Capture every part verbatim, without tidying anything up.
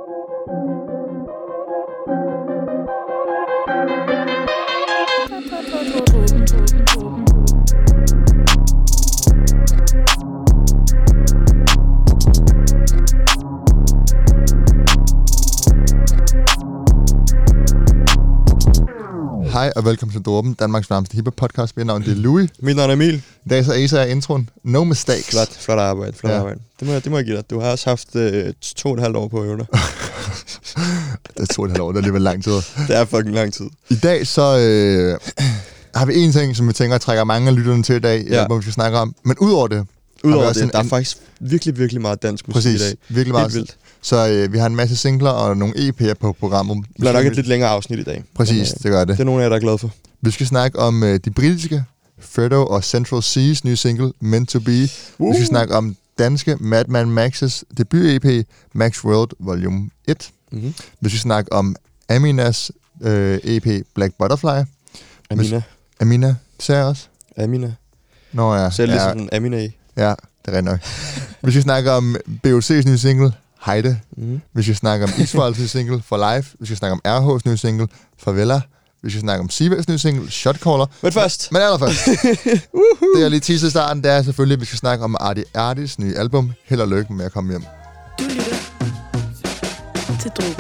Hej og velkommen til Dråben, Danmarks varmeste hiphop-podcast. Mit navn er Louis. Mit navn er Emil. I dag så Asa er introen. No mistakes. Flot, flot arbejde, flot ja. arbejde. Det må, jeg, det må jeg give dig. Du har også haft øh, to og et halvt år på at øve dig. Det er to og et halvt år, det er alligevel lang tid. Det er fucking lang tid. I dag så øh, har vi en ting, som vi tænker trækker mange af lytterne til i dag, ja. hvor vi skal snakke om. Men udover det... Udover det, en, der er faktisk virkelig, virkelig meget dansk musik præcis, i dag. Virkelig meget. Vildt. Så øh, vi har en masse singler og nogle E P'er på programmet. Det bliver nok et lidt længere afsnit i dag. Præcis, men, øh, det gør det. Det er nogle af jer, der er glade for. Vi skal snakke om øh, de britiske, Fredo og Central C's nye single, Meant to Be. Uh. Vi skal snakke om danske Madman Max's debut-E P, Max World Volume et. Mm-hmm. Vi skal snakke om Aminas øh, E P, Black Butterfly. Amina. Amina, det sagde jeg også. Amina. Nå ja. Selv ja. ligesom Amina i. Ja, det er rigtig nok. Vi skal snakke om B O C's nye single, Heide. Mm. Vi skal snakke om Israels nye single, For Life. Vi skal snakke om R H's nye single, Favela. Vi skal snakke om Sivels nye single, Shotcaller. Men først. Men allerførst. Det jeg lige teaser i starten, det er selvfølgelig, at vi skal snakke om Artie Arties nye album. Held og lykke med at komme hjem. Du lytter til Dråben.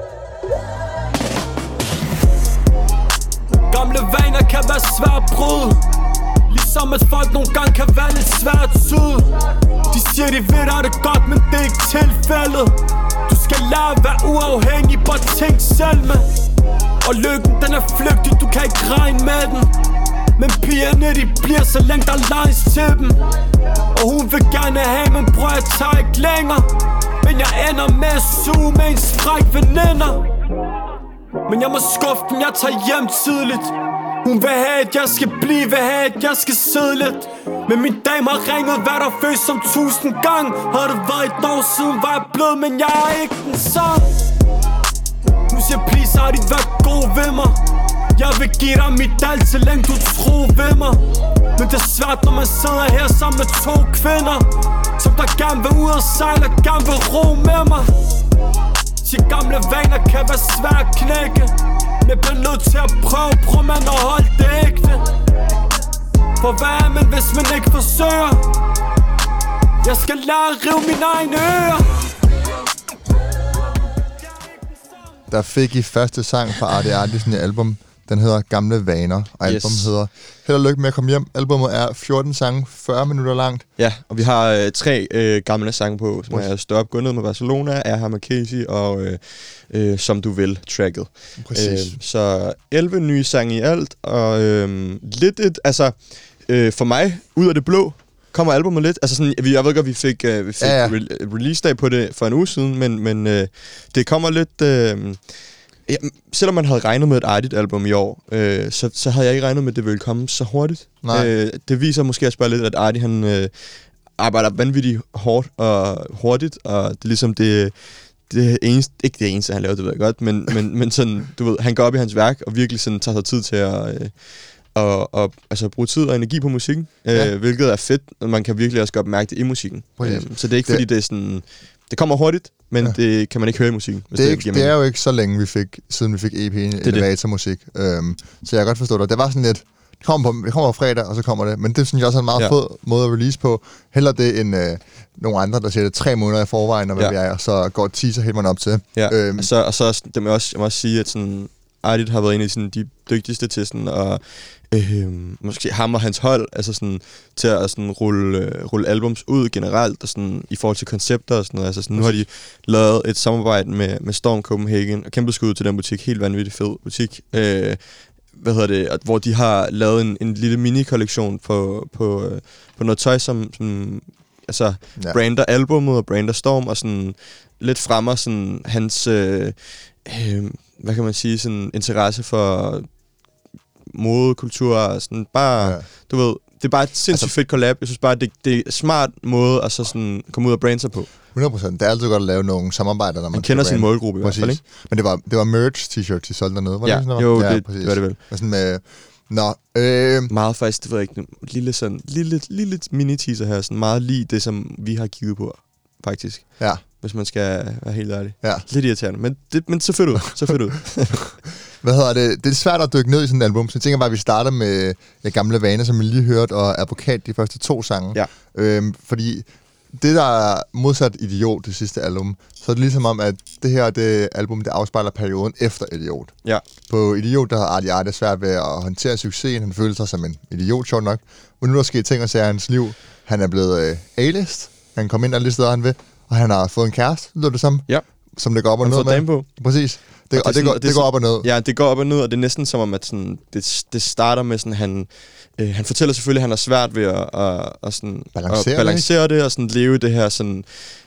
Gamle vaner kan være svært at bryde. Ligesom at folk nogle gange kan være lidt svært at tyde. De siger de ved dig det godt, men det er ikke tilfældet. Du skal lære at være uafhængig, bare tænk selv med. Og lykken den er flygtig, du kan ikke regne med den. Men pigerne de bliver så længe der lines til dem. Og hun vil gerne have, men bror jeg tager ikke længere. Men jeg ender med at suge med en fræk veninder. Men jeg må skuffe den, jeg tager hjem tidligt. Hun vil have, at jeg skal blive, vil have, at jeg skal sidde lidt. Men min dame har ringet, hvad der føles som tusind gange. Har det været et år siden, var jeg blød, men jeg er ikke den samme. Nu siger please, har de været gode ved mig. Jeg vil give dig mit alt, så længe du tror ved mig. Men det er svært, når man sidder her sammen med to kvinder, som der gerne vil ud og sejle og gerne vil ro med mig. De gamle vaner kan være svært at knække. Men jeg bliver nødt til at prøve, prøv man at holde det ægte. For hvad er man, hvis man ikke forsøger? Jeg skal lære at rive mine egne ører. Der fik I første sang fra Artie Arties nye album. Den hedder Gamle Vaner, og yes. Albumet hedder Held og lykke med at komme hjem. Albumet er fjorten sange, fyrre minutter langt. Ja, og vi har øh, tre øh, gamle sange på, som er Stå op, gå ned med Barcelona, Er her med Casey og øh, øh, Som du vil, tracket. Præcis. Øh, så elleve nye sange i alt, og øh, lidt et, altså øh, for mig, ud af det blå, kommer albumet lidt. Altså sådan, jeg ved godt, vi fik, øh, vi fik ja, ja. Re- release-dag på det for en uge siden, men, men øh, det kommer lidt... Øh, Ja, selvom man havde regnet med et Artie-album i år, øh, så, så havde jeg ikke regnet med, at det ville komme så hurtigt. Øh, det viser måske også bare lidt, at Artie han, øh, arbejder vanvittigt hårdt og hurtigt, og det er ligesom det, det eneste, ikke det eneste, han laver, det ved jeg godt, men, men, men sådan, du ved, han går op i hans værk og virkelig sådan tager sig tid til at øh, og, og, altså, bruge tid og energi på musikken, ja. øh, hvilket er fedt, og man kan virkelig også godt mærke det i musikken. Øh, så det er ikke, det, fordi det er sådan... Det kommer hurtigt, men ja. det kan man ikke høre i musikken. Det er, ikke, det er jo ikke så længe, vi fik, siden vi fik E P'en Elevator-musik. Øhm, så jeg kan godt forstå det. Det var sådan lidt, det kommer på, det kommer på fredag, og så kommer det. Men det synes jeg også er en meget ja. fed måde at release på. Heller det end øh, nogle andre, der siger det tre måneder i forvejen, og hvad ja. vi er, og så går teaser helt man op til. Ja. Øhm, og så, og så det må jeg, også, jeg må også sige, at sådan, Artie har været en af sådan, de dygtigste til sådan, og øh, måske ham og hans hold, altså sådan, til at sådan, rulle, øh, rulle albums ud generelt, og sådan, i forhold til koncepter og sådan noget. Altså, sådan, nu har de lavet et samarbejde med, med Storm Copenhagen, og kæmpe skud til den butik, helt vanvittigt fed butik, øh, hvad hedder det, hvor de har lavet en, en lille mini-kollektion på, på, øh, på noget tøj, som, som altså, ja. brander albummet og brander Storm, og sådan lidt fremmer sådan, hans... Øh, øh, hvad kan man sige, sådan interesse for modekultur og sådan bare, ja. du ved, det er bare et sindssygt altså, fedt collab. Jeg synes bare, det, det er en smart måde at så sådan komme ud og brande sig på. hundrede procent. Det er altid godt at lave nogle samarbejder, når man, man kender sin målgruppe i hvert fald, ikke? Men det var, det var merch t-shirt, de solgte dernede, var ja. det sådan noget? Jo, ja, det, det var det vel. Og sådan med, nå, øh... meget faktisk, det ved jeg ikke, lille sådan, lille, lille mini-teaser her, sådan meget lige det, som vi har kigget på, faktisk. Ja. hvis man skal være helt ærlig. Ja. Lidt irriterende, men, det, men så fedt ud. Så fedt ud. Hvad hedder det? Det er svært at dykke ned i sådan et album, så jeg tænker bare, at vi starter med ja, Gamle Vaner, som vi lige hørte, og Advokat, de første to sange. Ja. Øhm, fordi det, der er modsat Idiot, det sidste album, så er det ligesom om, at det her det album, det afspejler perioden efter Idiot. Ja. På Idiot, der har Artie Arte svært ved at håndtere succesen. Han følte sig som en idiot, sjovt nok. Men nu er der sket ting og sager i hans liv. Han er blevet øh, A-list. Han kom ind alle de steder, han vil. Og han har fået en kæreste, lyder det som. Ja. Som det går op og ned med. Han har fået dame på. Præcis. Det, og det, og det, sådan, går, det, det går op og ned. Ja, det går op og ned, og det er næsten som om, at sådan, det, det starter med sådan, han, øh, han fortæller selvfølgelig, at han har svært ved at, at, at, sådan, balancere, at balancere det, og sådan leve det her sådan,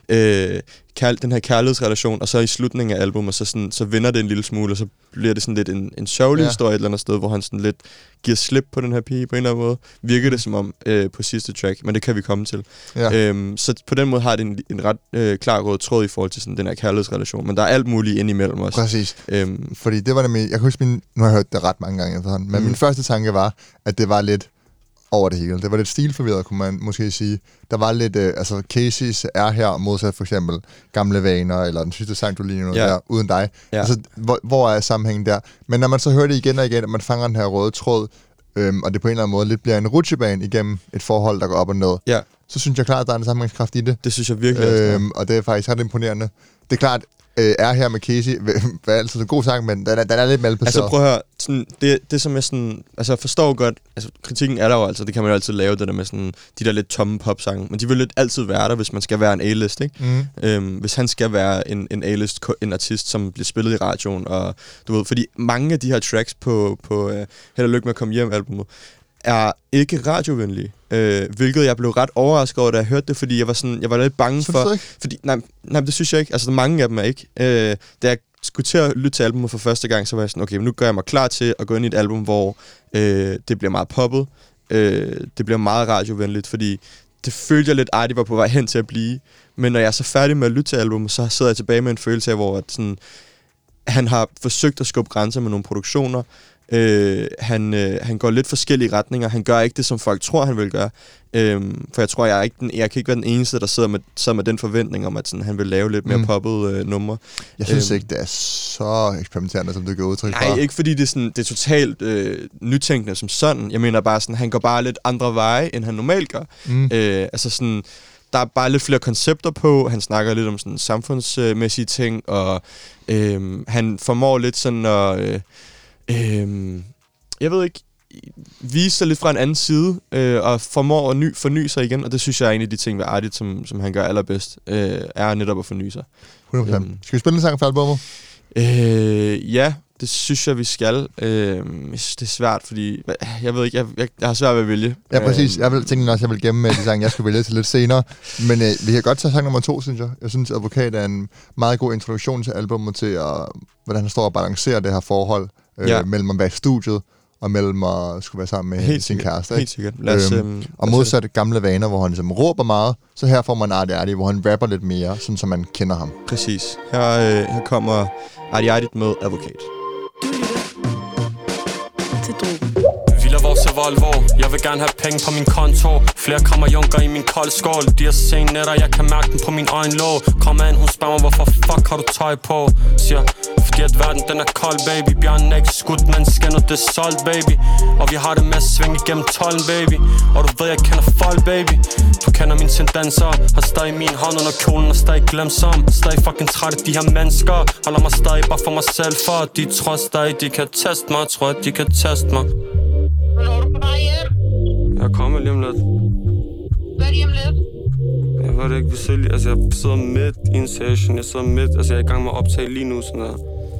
øh, kær, den her kærlighedsrelation, og så i slutningen af albumet, så, sådan, så vender det en lille smule, og så bliver det sådan lidt en, en sørgelig ja. historie et eller andet sted, hvor han sådan lidt giver slip på den her pige på en eller anden måde. Virker det som om øh, på sidste track, men det kan vi komme til. Ja. Øhm, så på den måde har det en, en ret øh, klar rød tråd i forhold til sådan, den her kærlighedsrelation, men der er alt muligt ind imellem også. Præcis. Øhm, Fordi det var nemlig, jeg kan huske, min, nu har jeg hørt det ret mange gange efterhånden, men mm. min første tanke var, at det var lidt over det hele. Det var lidt stilforvirret, kunne man måske sige. Der var lidt, øh, altså Casey's er her, modsat for eksempel Gamle Vaner, eller den sidste sang, du lige nu, ja. der, uden dig. Ja. Altså, hvor, hvor er sammenhængen der? Men når man så hører det igen og igen, at man fanger den her røde tråd, øhm, og det på en eller anden måde lidt bliver en rutsjebane igennem et forhold, der går op og ned, ja. så synes jeg klart, at der er en sammenhængskraft i det. Det synes jeg virkelig øhm, også. Og det er faktisk ret imponerende. Det er klart, øh, er her med Casey, er altid en god sang, men den er, den er lidt malplaceret. Altså prøv at høre, sådan, det, det som jeg sådan, altså jeg forstår godt, altså kritikken er der jo altså, det kan man jo altid lave, det der med sådan, de der lidt tomme popsange, men de vil lidt altid være der, hvis man skal være en A-list, ikke? Mm. Øhm, hvis han skal være en, en A-list, en artist, som bliver spillet i radioen, og du ved, fordi mange af de her tracks på, på uh, Held og Lykke med at komme hjem albumet, er ikke radiovenlige, øh, hvilket jeg blev ret overrasket over, da jeg hørte det, fordi jeg var sådan, jeg var lidt bange så for, fordi nej, nej, det synes jeg ikke. Altså, mange af dem er ikke. Øh, da jeg skulle til at lytte til albumet for første gang, så var jeg sådan, okay, nu gør jeg mig klar til at gå ind i et album, hvor øh, det bliver meget poppet, øh, det bliver meget radiovenligt, fordi det følte jeg lidt, at det var på vej hen til at blive. Men når jeg er så færdig med at lytte til albumet, så sidder jeg tilbage med en følelse af, hvor at sådan, han har forsøgt at skubbe grænser med nogle produktioner. Øh, han, øh, han går lidt forskellige retninger. Han gør ikke det, som folk tror, han vil gøre. Øh, for jeg tror, jeg er ikke den, jeg kan ikke være den eneste, der sidder med, sidder med den forventning om, at sådan, han vil lave lidt mere mm. poppet øh, numre. Jeg synes øh, ikke, det er så eksperimenterende, som du kan udtrykke fra. Nej, ikke fordi det er, sådan, det er totalt øh, nytænkende som sådan. Jeg mener bare, sådan, han går bare lidt andre veje, end han normalt gør. Mm. Øh, altså sådan... Der er bare lidt flere koncepter på. Han snakker lidt om sådan samfundsmæssige ting, og øh, han formår lidt sådan at... Øh, øh, jeg ved ikke... vise sig lidt fra en anden side, øh, og formår at ny, forny sig igen, og det synes jeg er en af de ting ved Artie, som, som han gør allerbedst, øh, er netop at forny sig. hundrede procent. Um, skal vi spille en sang fra albumet? Øh, ja, det synes jeg, vi skal. Øh, jeg synes, det er svært, fordi... Jeg ved ikke, jeg, jeg, jeg har svært ved at vælge. Ja, præcis. Jeg vil tænke også, jeg vil gemme de sange, jeg skal vælge til lidt senere. Men øh, vi kan godt tage sang nummer to, synes jeg. Jeg synes, Advokat er en meget god introduktion til albumet, til at, hvordan han står og balancerer det her forhold øh, ja. mellem at være i studiet, og mellem at skulle være sammen med helt sin kæreste. Helt sikkert. Lad os, øhm, øhm, og modsat Gamle Vaner, hvor han ligesom råber meget, så her får man Artie Arte, hvor han rapper lidt mere, sådan som man kender ham. Præcis. Her, øh, her kommer Artie Arte med Advokat. Du lytter til Drogen. Hviler vores Volvo. Jeg vil gerne have penge på min konto. Flere krammer junker i min kold skål. De har sene nætter, jeg kan mærke den på min øjenlåg. Kom an, hun spørger mig, hvorfor fuck har du tøj på? Siger, fordi at verden den er kold, baby. Bjørnen er ikke skudt, men skinnet det er solgt, baby. Og vi har det med at svinge igennem tolden, baby. Og du ved, jeg kender folk, baby. Du kender mine tendenser. Har stadig min hånd under kjolen og stadig glemsom. Stadig fucking træt af de her mennesker. Holder mig stadig bare for mig selv, for de tror stadig, de kan teste mig. Tror, at de kan teste mig. Hvornår er du på vej hjem? Jeg kommer lige om lidt. Hvad er det om lidt? Jeg ved det ikke, vi sidder, altså jeg sidder midt i en session. Jeg sidder midt, altså jeg er i gang med at optage lige nu, sådan der.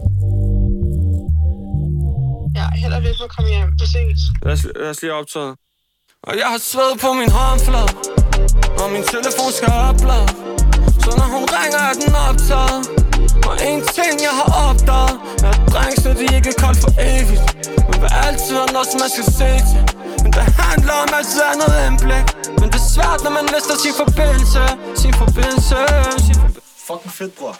Ja, held og lykke med at komme hjem. Vi ses. Lad os, lad os lige optage. Og jeg har sved på min håndflade, og min telefon skal oplade. Så når hun ringer, er den optaget. Og en ting jeg har opdaget, er at drengs, de ikke er koldt for evigt. Men vil altid være noget, som man skal se til. Men det handler om altid andet end blik. Men det er svært, når man mister sin forbindelse. Sin forbindelse, sin forbindelse. Fucking fedt, bror.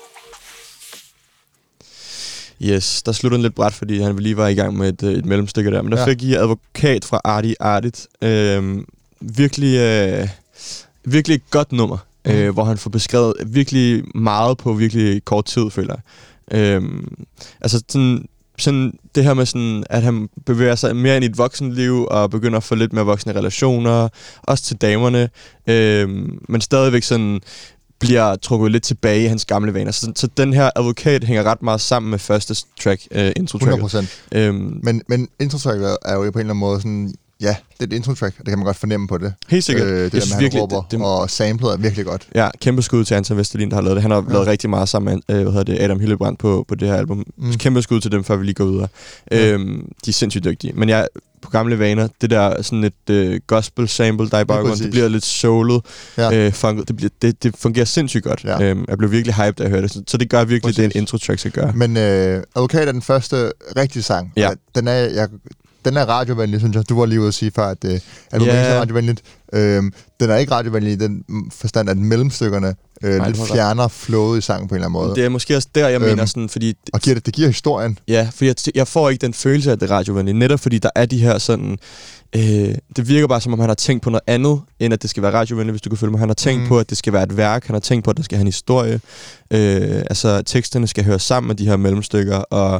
Yes, der slutter den lidt bræt, fordi han lige var i gang med et, et mellemstykke der. Men der ja. fik I Advokat fra Artie Arte. Øhm, virkelig, øh, virkelig et godt nummer. mm. øh, hvor han får beskrevet virkelig meget på virkelig kort tid, føler jeg. Øhm, altså sådan, sådan det her med sådan, at han bevæger sig mere ind i et voksenliv og begynder at få lidt mere voksne relationer, også til damerne, øhm, men stadigvæk sådan bliver trukket lidt tilbage i hans gamle vaner. Så, så den her advokat hænger ret meget sammen med første track, øh, intro-tracket. hundrede procent. Øhm, men, men intro-tracket er jo på en eller anden måde sådan, ja, det er et intro-track, og det kan man godt fornemme på det. Helt sikkert. Øh, det jeg der synes med, virkelig, råber, det, det, og samplet er virkelig godt. Ja, kæmpe skud til Anton Vesterlin, der har lavet det. Han har ja. lavet rigtig meget sammen med øh, hvad hedder det, Adam Hillebrand på, på det her album. Mm. Kæmpe skud til dem, før vi lige går videre. Ja. Øhm, de er sindssygt dygtige. Men jeg på gamle vaner, det der sådan et øh, gospel sample, der er i baggrunden, det bliver lidt soulet, ja. øh, funket, det, bliver, det, det fungerer sindssygt godt. Ja. Øhm, jeg blev virkelig hyped, da jeg hørte det, så, så det gør virkelig, præcis. Det er en intro-track skal gøre. Men øh, Advokat er den første rigtige sang. Ja. Den er, jeg, den er radiovenlig, synes jeg. Du var lige ude at sige før, at øh, albumet yeah. er radiovenligt. Øhm, den er ikke radiovenlig i den forstand, at mellemstykkerne øh, Nej, lidt fjerner flowet i sangen på en eller anden måde. Det er måske også der, jeg øhm, mener sådan, fordi... Og giver det, det giver historien. Ja, for jeg, jeg får ikke den følelse af det radiovenlige, netop fordi der er de her sådan... Øh, det virker bare som om han har tænkt på noget andet, end at det skal være radiovenligt, hvis du kan følge mig. Han har tænkt mm. på, at det skal være et værk. Han har tænkt på, at der skal have en historie. Øh, altså, teksterne skal høre sammen med de her mellemstykker, og...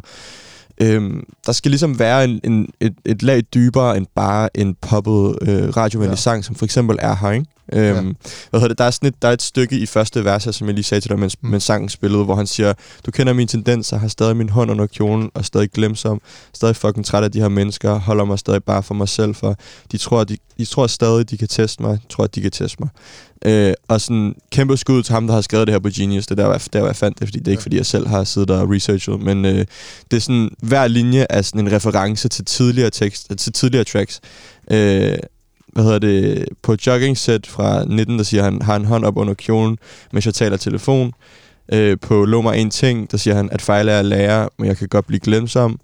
Øhm, der skal ligesom være en, en, et, et lag dybere end bare en poppet øh, radiovenlig ja. sang, som for eksempel er her, ikke? Øhm, ja. Hvad hedder det? Der er, sådan et, der er et stykke i første vers, som jeg lige sagde til dig, mens, mm. mens sangen spillede, hvor han siger, du kender mine tendenser, har stadig min hånd under kjolen, og stadig glemsom, stadig fucking træt af de her mennesker, holder mig stadig bare for mig selv, for de tror, de, de tror stadig, de kan teste mig, tror, at de kan teste mig. Øh, og sådan kæmpe skud til ham, der har skrevet det her på Genius. Det der var, der var jeg fandt det, fordi det er ikke fordi jeg selv har siddet og researchet, men øh, det er sådan hver linje er sådan en reference til tidligere tekst, til tidligere tracks. Øh, hvad hedder det? På Jogging Set fra nitten, der siger han, har en hånd op under kjolen, mens jeg taler telefon. Øh, på Lov mig en ting, der siger han, at fejle er at lære, men jeg kan godt blive glemsom.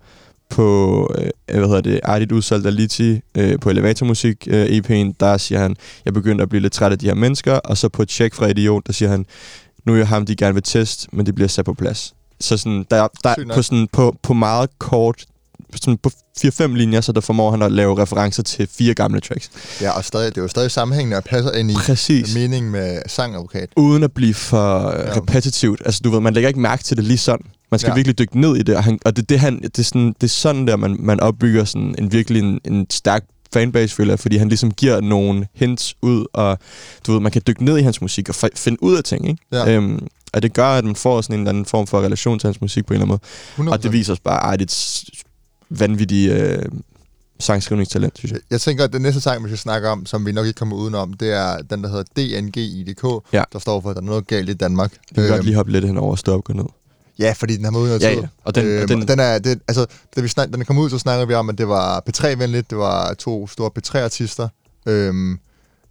På, øh, hvad hedder det, Artigt udsolgt af Liti, øh, på Elevatormusik øh, E P'en, der siger han, jeg begynder at blive lidt træt af de her mennesker, og så på Check fra Idiot, der siger han, nu er jeg ham, de gerne vil teste, men det bliver sat på plads. Så sådan, der, der på, sådan, på, på meget kort, sådan på fire fem linjer, så der formår han at lave referencer til fire gamle tracks. Ja, og stadig, det er jo stadig sammenhængende og passer ind i Præcis. meningen med sangadvokat. Uden at blive for ja. repetitivt. Altså du ved, man lægger ikke mærke til det lige sådan. Man skal ja. virkelig dykke ned i det, og, han, og det, det, han, det, er sådan, det er sådan der, man, man opbygger sådan en virkelig en, en stærk fanbase, føler jeg, fordi han ligesom giver nogle hints ud, og du ved, man kan dykke ned i hans musik og f- finde ud af ting, ikke? Ja. Øhm, og det gør, at man får sådan en eller anden form for relation til hans musik på en eller anden måde. hundrede procent. Og det viser os bare Artits vanvittige øh, sangskrivningstalent, synes jeg. Jeg tænker, at den næste sang, vi skal snakke om, som vi nok ikke kommer udenom, det er den, der hedder D N G I D K, ja. der står for, at der er noget galt i Danmark. Vi kan øhm, godt lige hoppe lidt hen over og stå op og gå ned. Ja, fordi den har været ude noget ja, tid. Ja. Og den, øhm, den, den er, det, altså, da vi snak, den kom ud, så snakkede vi om, at det var P tre-venligt. Det var to store P tre-artister. Øhm,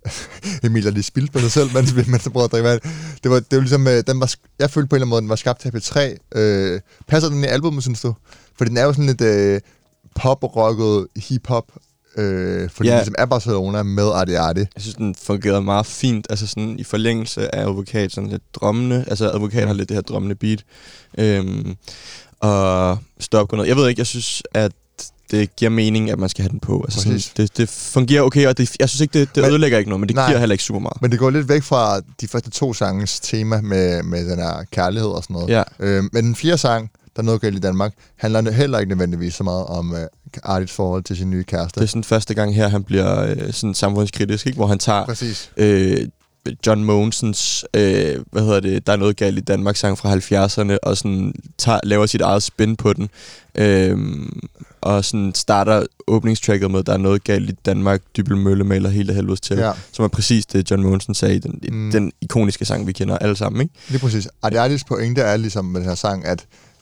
Emil har lige spildt på sig selv, mens vi mens prøvede at drikke vand. Det var, det var ligesom, den var, jeg følte på en eller anden måde, den var skabt til P tre. Øh, passer den i albumet, synes du? For den er jo sådan lidt øh, pop-rocket, hip-hop, øh, fordi ja. den ligesom er Barcelona med Arti Arti. Jeg synes, den fungerede meget fint, altså sådan i forlængelse af Advokat, sådan lidt drømmende. Altså Advokat har lidt det her drømmende beat. Øhm, og stop noget. Jeg ved ikke, jeg synes, at det giver mening, at man skal have den på. Altså sådan, det, det fungerer okay, og det, jeg synes ikke, det, det men, ødelægger ikke noget, men det nej, giver heller ikke super meget. Men det går lidt væk fra de første to sanges tema med, med den her kærlighed og sådan noget. Ja. Øhm, men den fjerde sang, der er noget galt i Danmark, handler heller ikke nødvendigvis så meget om uh, Artits forhold til sin nye kæreste. Det er sådan første gang her, han bliver øh, sådan samfundskritisk, ikke? Hvor han tager øh, John Mogensens, øh, hvad hedder det, der er noget galt i Danmark sang fra halvfjerdserne, og sådan tager, laver sit eget spin på den. Øh, og sådan starter åbningstracket med, der er noget galt i Danmark, Dybbøl Mølle maler hele helvedes til, ja. Som er præcis det, John Mogensen sagde i den, mm. den ikoniske sang, vi kender alle sammen, ikke? Det er præcis. Arti Artis pointe er ligesom med den her sang, at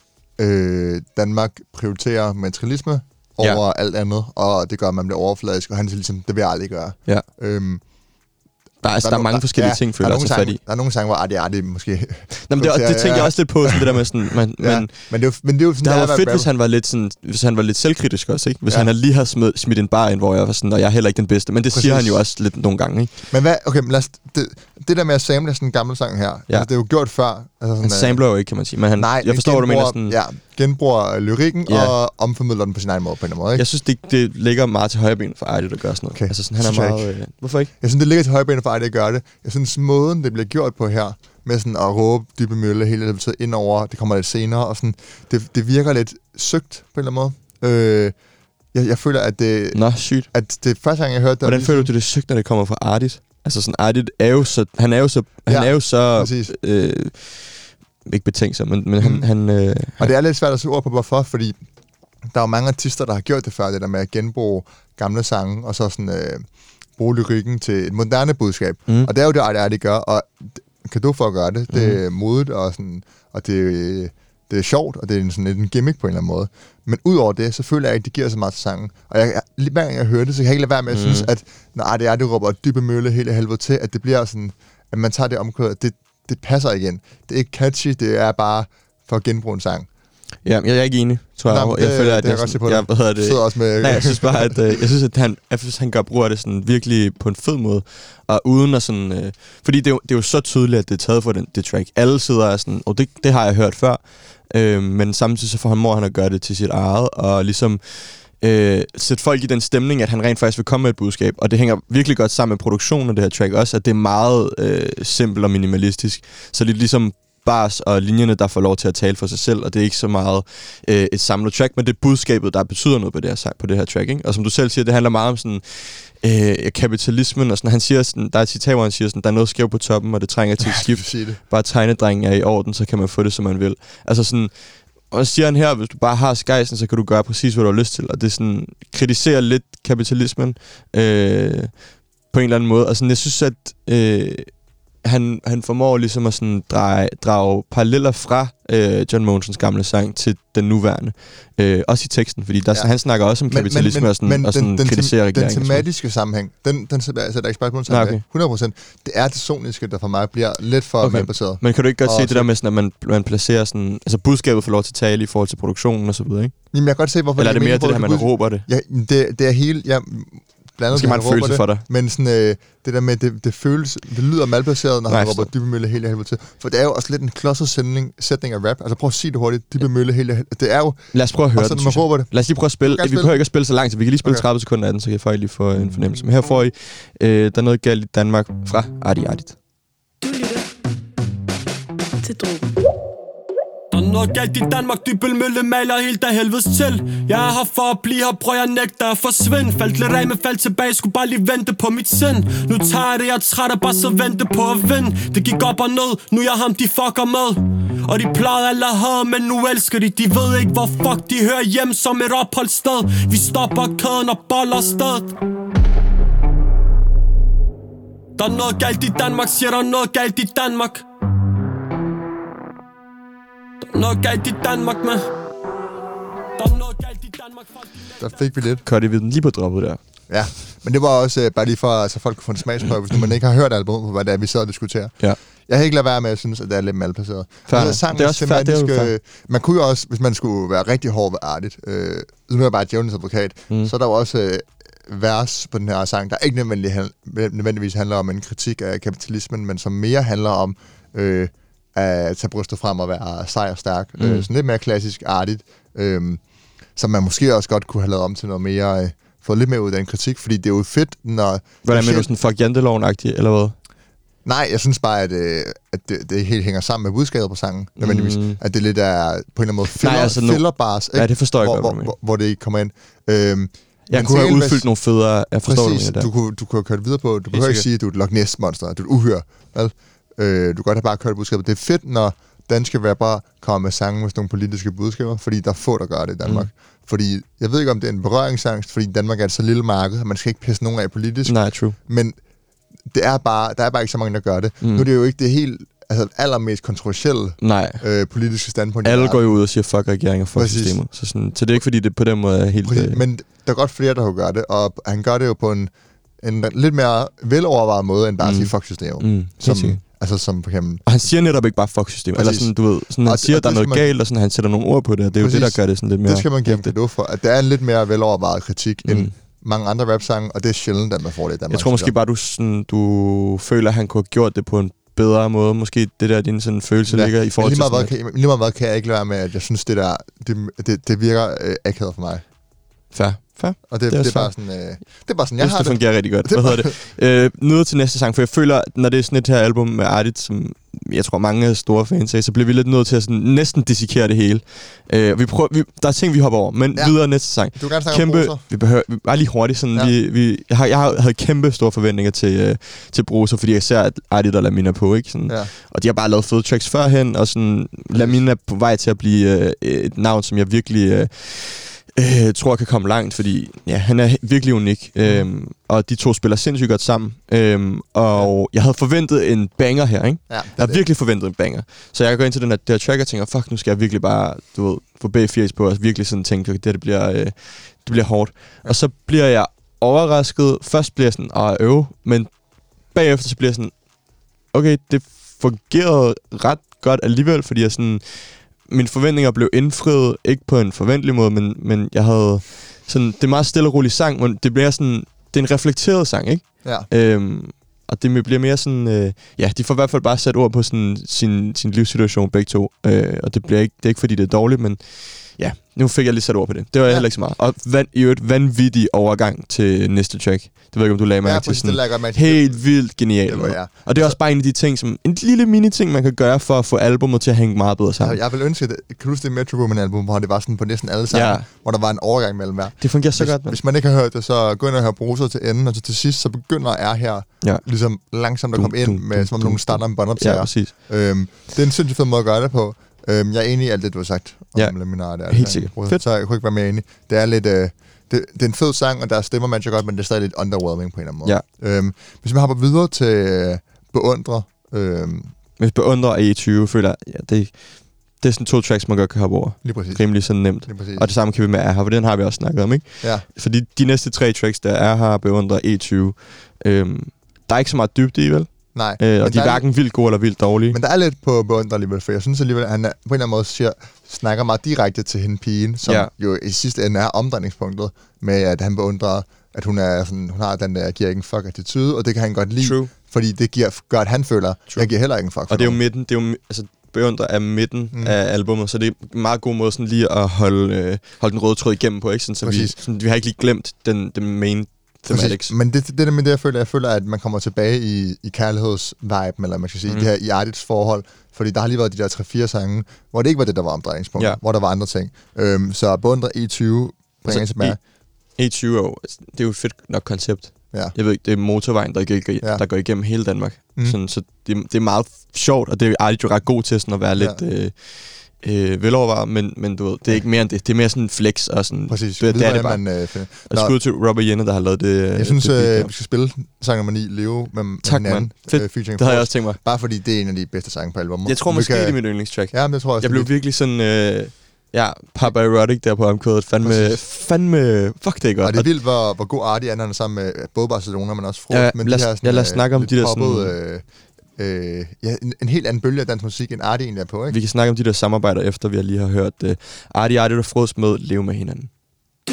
øh, Danmark prioriterer materialisme over ja. alt andet, og det gør, at man bliver overfladisk, og han siger ligesom, det vil jeg aldrig gøre. Ja. Øhm, Der er, altså, der er, der er mange forskellige ja, ting, føler jeg sig fat i. Der er nogle sange, hvor Arti Arti måske... Nå, men det, det tænker jeg også lidt på, sådan det der med sådan... Man, ja, men, men, det er jo, men det er jo sådan... Det havde været fedt, hvis han var lidt sådan... Hvis han var lidt selvkritisk også, ikke? Hvis ja. han havde lige havde smidt, smidt en bar ind, hvor jeg var sådan, og jeg er heller ikke den bedste. Men det Præcis. siger han jo også lidt nogle gange, ikke? Men hvad... Okay, men lad os... Det, det der med at sample sådan en gammel sang her, ja. altså, det er jo gjort før. Altså sådan, han sampler jo ikke, kan man sige. Men han, nej, jeg forstår, hvad du mener sådan... Ja, genbruger lyrikken ja. og omformidler den på sin egen måde på en måde, ikke? Jeg synes, det, det ligger meget til højreben for Arti, der gør sådan noget. Okay. Altså sådan, han er meget... Øh, hvorfor ikke? Jeg synes, det ligger til højreben for det gør det. Jeg synes, måden, det bliver gjort på her, med sådan at råbe Dybe Mølle hele tiden ind over, det kommer lidt senere, og sådan, det, det virker lidt søgt på en eller anden måde. Øh, jeg, jeg føler, at det... Nå, sygt. At det første gang, jeg hørte det... Hvordan føler du, det er søgt, når det kommer fra Ardit? Altså sådan, Ardit er jo så... Han er jo så... Ja, han er jo så... Øh, ikke betænksom, men, men mm. han... han øh, og det er lidt svært at se ord på, hvorfor, fordi der er jo mange artister, der har gjort det før, det der med at genbruge gamle sange, og så sådan øh, bruge lyrikken til et moderne budskab. Mm. Og det er jo det, Ardit gør, og kado for at gøre det. Det er modigt, og, sådan, og det, det er sjovt, og det er en, sådan en gimmick på en eller anden måde. Men udover det, så føler jeg ikke, at det giver så meget til sangen. Og jeg, lige hver gang jeg hører det, så kan jeg ikke lade være med at mm. synes, at når Ardit råber Dybe Mølle hele helvede til, at det bliver sådan, at man tager det omkød, det, det passer igen. Det er ikke catchy, det er bare for at genbruge en sang. Ja, jeg er ikke enig, tror jeg. Nej, det, jeg føler, at det jeg, jeg, jeg, jeg, jeg, jeg det. sidder også med... Nej, jeg synes bare, at, øh, jeg synes, at han, jeg synes, han gør brug af det sådan virkelig på en fed måde. Og uden at sådan... Øh, fordi det er, jo, det er jo så tydeligt, at det er taget fra den, det track. Alle sidder er sådan, og det, det har jeg hørt før. Øh, men samtidig så får han mor, han at gøre det til sit eget. Og ligesom øh, sætte folk i den stemning, at han rent faktisk vil komme med et budskab. Og det hænger virkelig godt sammen med produktionen af det her track også, at det er meget øh, simpelt og minimalistisk. Så det er ligesom bars og linjerne, der får lov til at tale for sig selv, og det er ikke så meget øh, et samlet track, men det er budskabet, der betyder noget på det her, på det her track, ikke? Og som du selv siger, det handler meget om sådan øh, kapitalismen, og sådan, han siger sådan, der er et citat, hvor han siger sådan, der er noget skævt på toppen, og det trænger til et skift. Bare tegnedrengen er i orden, så kan man få det, som man vil. Altså sådan, og så siger han her, hvis du bare har skejsen, så kan du gøre præcis, hvad du har lyst til, og det sådan, kritiserer lidt kapitalismen øh, på en eller anden måde, og sådan, jeg synes, at øh, Han, han formår ligesom at sådan drage, drage paralleller fra øh, John Mogensens gamle sang til den nuværende. Øh, også i teksten, fordi der, ja. han snakker også om kapitalisme men, men, og sådan, og sådan den, kritiserer den, regeringen. Den tematiske sammenhæng, den, den sætter jeg ikke spørgsmål til okay. hundrede procent. Det er det soniske, der for mig bliver lidt for okay. malbaseret. Men kan du ikke godt og se det der med, sådan, at man, man placerer sådan... Altså budskabet får lov til at tale i forhold til produktionen og så videre, ikke? Jamen jeg kan godt se, hvorfor... Eller er det mere det, det her, man bud... råber det? Ja, det, det er hele... Ja, blandt andet, man følelse det, for dig. Men sådan, øh, det der med, det, det føles, det lyder malbaseret, når Nej, han råber Dybe Mølle hele helvede til. For det er jo også lidt en klodset sætning, sætning af rap. Altså prøv at sige det hurtigt, Dybe Mølle hele helvede. Det er jo... Lad os prøve at høre altså, den, man råber det. Lad os lige prøve at spille. Vi behøver ikke at spille så langt, så vi kan lige spille okay. tredive sekunder af den, så kan folk lige få en fornemmelse. Men her får I, øh, der er noget galt i Danmark fra Ardit Ardit. Du lytter til Drogen. Der er noget galt i Danmark, Dybe Mølle maler helt af helvedes til. Jeg er her for at blive her, prøver jeg nægter at forsvinde. Faldt lidt af med fald tilbage, skulle bare lige vente på mit sind. Nu tager jeg det, jeg er træt af bare så vente på at vinde. Det gik op og ned, nu er jeg ham, de fucker med. Og de plejede alle at have, men nu elsker de. De ved ikke, hvor fuck de hører hjem som et opholdssted. Vi stopper kæden og boller stedet. Der er noget galt i Danmark, siger der er noget galt i Danmark. Noget galt i Danmark, man. Der er noget galt i Danmark. Der fik vi lidt. Kørte vi den lige på droppet der. Ja, men det var også uh, bare lige for, at så folk kunne få en smagsprøve, hvis man ikke har hørt albumet på, hvad det er, vi så og diskuterer. Ja. Jeg har ikke lade være med, at jeg synes, at det er lidt malplaceret. Altså, det er også færdigt. Man kunne jo også, hvis man skulle være rigtig hård ved Ardit, øh, nu er jeg bare Djævelens advokat, mm. så er der jo også øh, vers på den her sang, der ikke nødvendigvis, nødvendigvis handler om en kritik af kapitalismen, men som mere handler om... Øh, at tage brystet frem og være sej og stærk. Mm. Øh, sådan lidt mere klassisk Ardit, øh, som man måske også godt kunne have lavet om til noget mere, øh, fået lidt mere ud af den kritik, fordi det er jo fedt, når... Hvordan mener du sådan fuck janteloven-agtigt, eller hvad? Nej, jeg synes bare, at, øh, at det, det helt hænger sammen med budskabet på sangen, mm. at det lidt er på en eller anden måde filler, Nej, altså fillerbars, ja, det forstår jeg hvor, godt, hvor, hvor, hvor det ikke kommer ind. Øh, jeg kunne have udfyldt nogle federe, jeg forstår præcis, det, du kunne, du kunne have kørt videre på, du behøver ikke sige, at du er et Loch Ness-monster, du er et uhyre, vel? Øh, du kan godt have bare kørt budskaber. Det er fedt, når danske rappere kommer med sange med nogle politiske budskaber, fordi der er få, der gør det i Danmark. Mm. Fordi, jeg ved ikke, om det er en berøringsangst, fordi Danmark er et så lille marked, at man skal ikke pisse nogen af politisk. Nej, true. Men det er bare, der er bare ikke så mange, der gør det. Mm. Nu er det jo ikke det helt altså, allermest kontroversielle øh, politiske standpunkt. Alle går jo ud og siger, fuck regeringen og fuck Præcis. systemet. Så, sådan, så det er ikke, fordi det på den måde er helt... Øh... Men der er godt flere, der gør det, og han gør det jo på en, en lidt mere velovervejet måde, end bare mm. at sige fuck systemet. Mm. Som, Altså som for eksempel... Og han siger netop ikke bare fuck systemet. Eller sådan, du ved, sådan, han og siger, at der er noget man... galt, og sådan, han sætter nogle ord på det, og det er Præcis. jo det, der gør det sådan lidt mere... Det skal man give ham kado for, at der er en lidt mere velovervejet kritik mm. end mange andre rapsange, og det er sjældent, at man får det i Danmark. Jeg tror måske bare, du, sådan, du føler, at han kunne have gjort det på en bedre måde. Måske det der, din sådan følelse ja. ligger i forhold til... Lige meget hvad kan jeg ikke lade være med, at jeg synes, det der, det, det, det virker øh, akavet for mig. Fair. Fair. Og det, det, er, det, er bare sådan, øh, det er bare sådan, jeg, jeg har det. det. fungerer rigtig godt. Hvad hedder det? Øh, noget til næste sang, for jeg føler, når det er sådan et her album med Ardit, som jeg tror mange store fans af, så bliver vi lidt nødt til at sådan næsten dissekere det hele. Øh, vi prøver, vi, der er ting, vi hopper over, men ja. videre næste sang. Du kan gerne snakke kæmpe, om Bruser. Vi behøver, vi, bare lige hurtigt, sådan, ja. vi, vi, jeg, har, jeg har havde kæmpe store forventninger til, øh, til Bruser, fordi jeg ser, at Ardit og Lamine er på, ikke? Sådan, ja. Og de har bare lavet fede tracks førhen, og sådan, Lamine er på vej til at blive øh, et navn, som jeg virkelig... Øh, Øh, tror jeg kan komme langt, fordi ja, han er virkelig unik, øhm, og de to spiller sindssygt godt sammen, øhm, og jeg havde forventet en banger her, ikke? Ja, jeg har virkelig forventet en banger, så jeg går ind til den her, der track og tænker, fuck, nu skal jeg virkelig bare, du ved, få B firs på, og virkelig sådan tænke, okay, det, det bliver, øh, det bliver hårdt, ja. Og så bliver jeg overrasket, først bliver jeg sådan, åh, øv, men bagefter så bliver jeg sådan, okay, det fungerede ret godt alligevel, fordi jeg sådan, mine forventninger blev indfriet, ikke på en forventelig måde, men, men jeg havde sådan, det er meget stille og rolig sang, men det bliver sådan, det er en reflekteret sang, ikke? Ja. Øhm, og det bliver mere sådan, øh, ja, de får i hvert fald bare sat ord på sådan, sin, sin livssituation begge to, øh, og det bliver ikke, det er ikke fordi det er dårligt, men ja, nu fik jeg lige sat ord på det. Det var ja. heller ikke så meget. Og van, i øvrigt vanvittig overgang til næste track. Det ved jeg ikke, om du lagde mærke ja, til. Sådan det helt vildt genialt. Det var, ja. Og det er også bare en af de ting, som en lille mini-ting, man kan gøre for at få albumet til at hænge meget bedre sammen. Jeg, jeg vil ønske, at kan du huske det Metro Boomin-album, hvor det var sådan på næsten alle sange, ja. hvor der var en overgang mellem hver. Det fungerer så hvis, godt. Man. Hvis man ikke har hørt det, så gå ind og høre Bruser til enden, og så til sidst, så begynder R her ja. ligesom langsomt at komme ind, med, som om nogen starter en båndoptager. Ja, præcis. Øhm, det er en sindssygt fed måde at gøre det på. Øhm, jeg er enig i alt det, du har sagt om ja. Laminare. Der, helt sikkert. Fedt. Så jeg kunne ikke være mere enig. Det er lidt... Øh, det, det er en fed sang, og der stemmer matcher godt, men det er stadig lidt underwhelming på en eller anden måde. Ja. Øhm, hvis man hopper videre til øh, Beundre... Øhm, hvis Beundre og E tyve, føler jeg... Ja, det, det er sådan to tracks, man godt kan hoppe over. Lige præcis. Rimelig sådan nemt. Og det samme kan vi med R her, for den har vi også snakket om, ikke? Ja. Fordi de næste tre tracks, der er her, Beundre og E tyve, øhm, der er ikke så meget dybde i, vel? Nej. Øh, og de er hverken lidt... vildt gode eller vildt dårlige. Men der er lidt på Beundre alligevel, for jeg synes alligevel, at han er, på en eller anden måde siger, snakker meget direkte til hende pigen, som ja. jo i sidste ende er omdrejningspunktet med, at han beundrer, at hun, er sådan, hun har den der, giver ikke en fuck-attitude, og det kan han godt lide, True. fordi det giver, gør, at han føler, True. jeg giver heller ikke en fuck. Og det er jo midten, det er jo, altså Beundre er midten mm. af albumet, så det er en meget god måde sådan lige at holde, øh, holde den røde tråd igennem på, ikke? Sådan, så vi, sådan, vi har ikke lige glemt den, den main thematics. Men det, det, det med det, jeg føler, jeg føler, at man kommer tilbage i, i kærlighedsviben, eller man skal sige, mm. det her i Ardits forhold, fordi der har lige været de der tre fire sange, hvor det ikke var det, der var omdrejningspunktet, ja. hvor der var andre ting. Øhm, så Beundre E tyve bringer altså, tilbage. E tyve er jo, det er jo et fedt nok koncept. Ja. Jeg ved ikke, det er motorvejen, der, går, ja. der går igennem hele Danmark. Mm. Sådan, så det, det er meget sjovt, og det er Ardit jo ret god til sådan at være lidt... Ja. Øh, Øh, velovervejet, men, men du ved, det er ikke mere end det. Det er mere sådan flex og sådan... Præcis. Det, det er det bare. Man, øh, og skud til Robert Jenne, der har lavet det. Jeg synes, øh, vi skal spille sang nummer ni, Leo, med, tak, med hinanden. Tak, øh, det havde jeg også tænkt mig. Bare fordi det er en af de bedste sange på albumet. Jeg tror måske, kan... det er mit yndlingstrack. Ja, men det tror jeg også. Jeg blev virkelig sådan... Øh, ja, Papa Erotic der på omkødet. Fandme... Fandme... Fuck, det er godt. Og det er vildt, hvor, hvor god Artie er, han er sammen med både Barcelona, men også Frost. Ja, men lad, de her sådan, ja, lad os snakke om de der sådan... Øh, Øh, ja, en, en helt anden bølge af dansk musik, end Ardit egentlig er på, ikke? Vi kan snakke om de der samarbejder, efter vi lige har hørt uh, Ardit, Ardit og Frost med Leve med hinanden. Du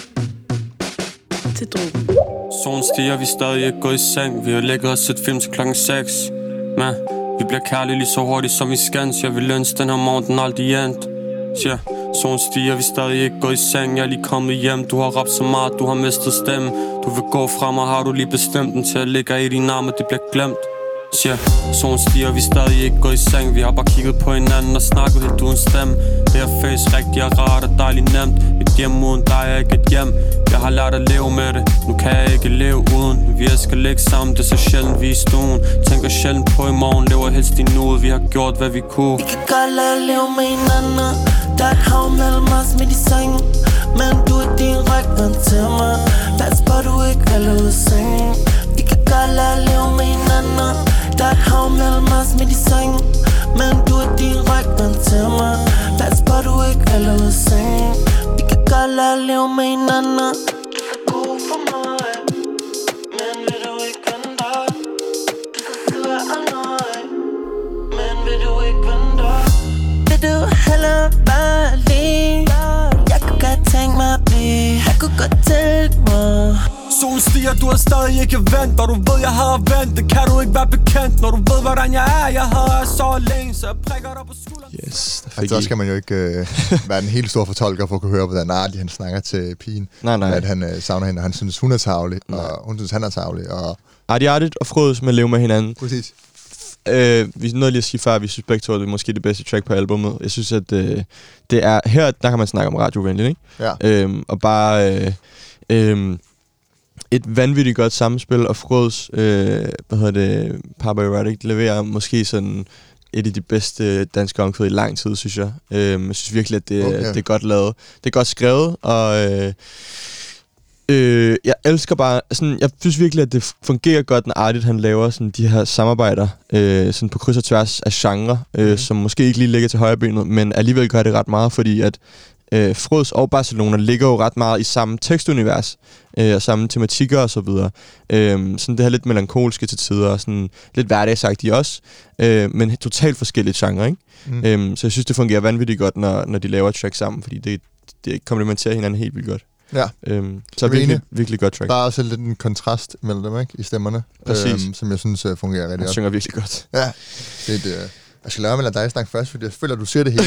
lytter til Drogen. Solen stiger, vi er stadig ikke gået i seng. Vi har lægget os et film til klokken seks. Men vi bliver kærlige lige så hurtigt, som vi skal. Jeg vil ønske den her morgen, den aldrig endt. Yeah. Solen stiger, vi er stadig ikke gået i seng. Jeg er lige kommet hjem, du har råbt så meget, du har mistet stemme. Du vil gå frem, og har du lige bestemt den til at ligge i dine arme, det bliver glemt. Yeah. Solen stiger, vi er stadig ikke gået i seng. Vi har bare kigget på hinanden og snakket helt uden stemme. Det her face rigtig er rart og dejligt nemt. Et hjem uden dig er ikke et hjem. Jeg har lært at leve med det, nu kan jeg ikke leve uden. Vi elsker ligge sammen, det er så sjældent vi er i stuen. Tænker sjældent på i morgen, lever helst i nuet. Vi har gjort hvad vi kunne. Vi kan godt lade at leve med hinanden. Der er et hav mellem os midt i sengen. Men du er din rygvand til mig. Pas på du ikke falder ud af sengen. Vi kan godt lade at leve med hinanden. Der er et hav mellem os midt i sengen. Men du er din rygvand til mig. Pas på du ikke falder ud af sengen. Vi kan godt lade at leve med hinanden. Du er for god for mig. Men vil du ikke vende dig? Du er for sur og nøj. Men vil du ikke vende dig? Vil du hellere bare lige? Jeg kunne godt tænke mig at blive. Jeg kunne godt tænke mig. Solen stiger, du har stadig ikke vendt. Og du ved, jeg hader vent. Det kan du ikke være bekendt. Når du ved, hvordan jeg er. Jeg hader så alene, så jeg prikker dig på skulderen. Yes, altså, så skal man jo ikke øh, være en helt stor fortolker for at kunne høre, hvordan Artie han snakker til pigen. Nej, nej. At han øh, savner hende, og han synes, hun er tarvelig, og hun synes, han er tarvelig. Og... Artie Artit og Frødes med at leve med hinanden. Præcis. Øh, vi er nødt lige at sige før, vi synes begge to, det er måske det bedste track på albumet. Jeg synes, at øh, det er... Her, der kan man snakke om radiovenligt, ikke? Ja. Øhm, og bare... Øh, øh, et vanvittigt godt samspil, og Frødes, øh, hvad hedder det, Papa Erotic, leverer måske sådan et af de bedste danske omkvæd i lang tid, synes jeg. Øh, jeg synes virkelig, at det, okay. det er godt lavet. Det er godt skrevet, og... Øh, Øh, jeg elsker bare sådan, jeg synes virkelig, at det fungerer godt, når Artit han laver sådan de her samarbejder øh, sådan på kryds og tværs af genre, øh, mm. som måske ikke lige ligger til højrebenet, men alligevel gør det ret meget, fordi at øh, Frøds og Barcelona ligger jo ret meget i samme tekstunivers øh, og samme tematikker og så videre. Øh, sådan det her lidt melankolske til tider, og sådan lidt hverdagsagtige også, øh, men totalt forskellige genre, ikke? Mm. Øh, så jeg synes, det fungerer vanvittigt godt, når, når de laver track sammen, fordi det, det komplementerer hinanden helt vildt godt. Ja. Øhm, så virkelig, virkelig godt track. Der er også lidt en kontrast mellem dem, ikke? I stemmerne. Øhm, som jeg synes uh, fungerer rigtig godt. Han synger virkelig godt. Ja. Det er det, uh, jeg skal lade mig lade dig snakke først, fordi jeg føler, at du ser det hele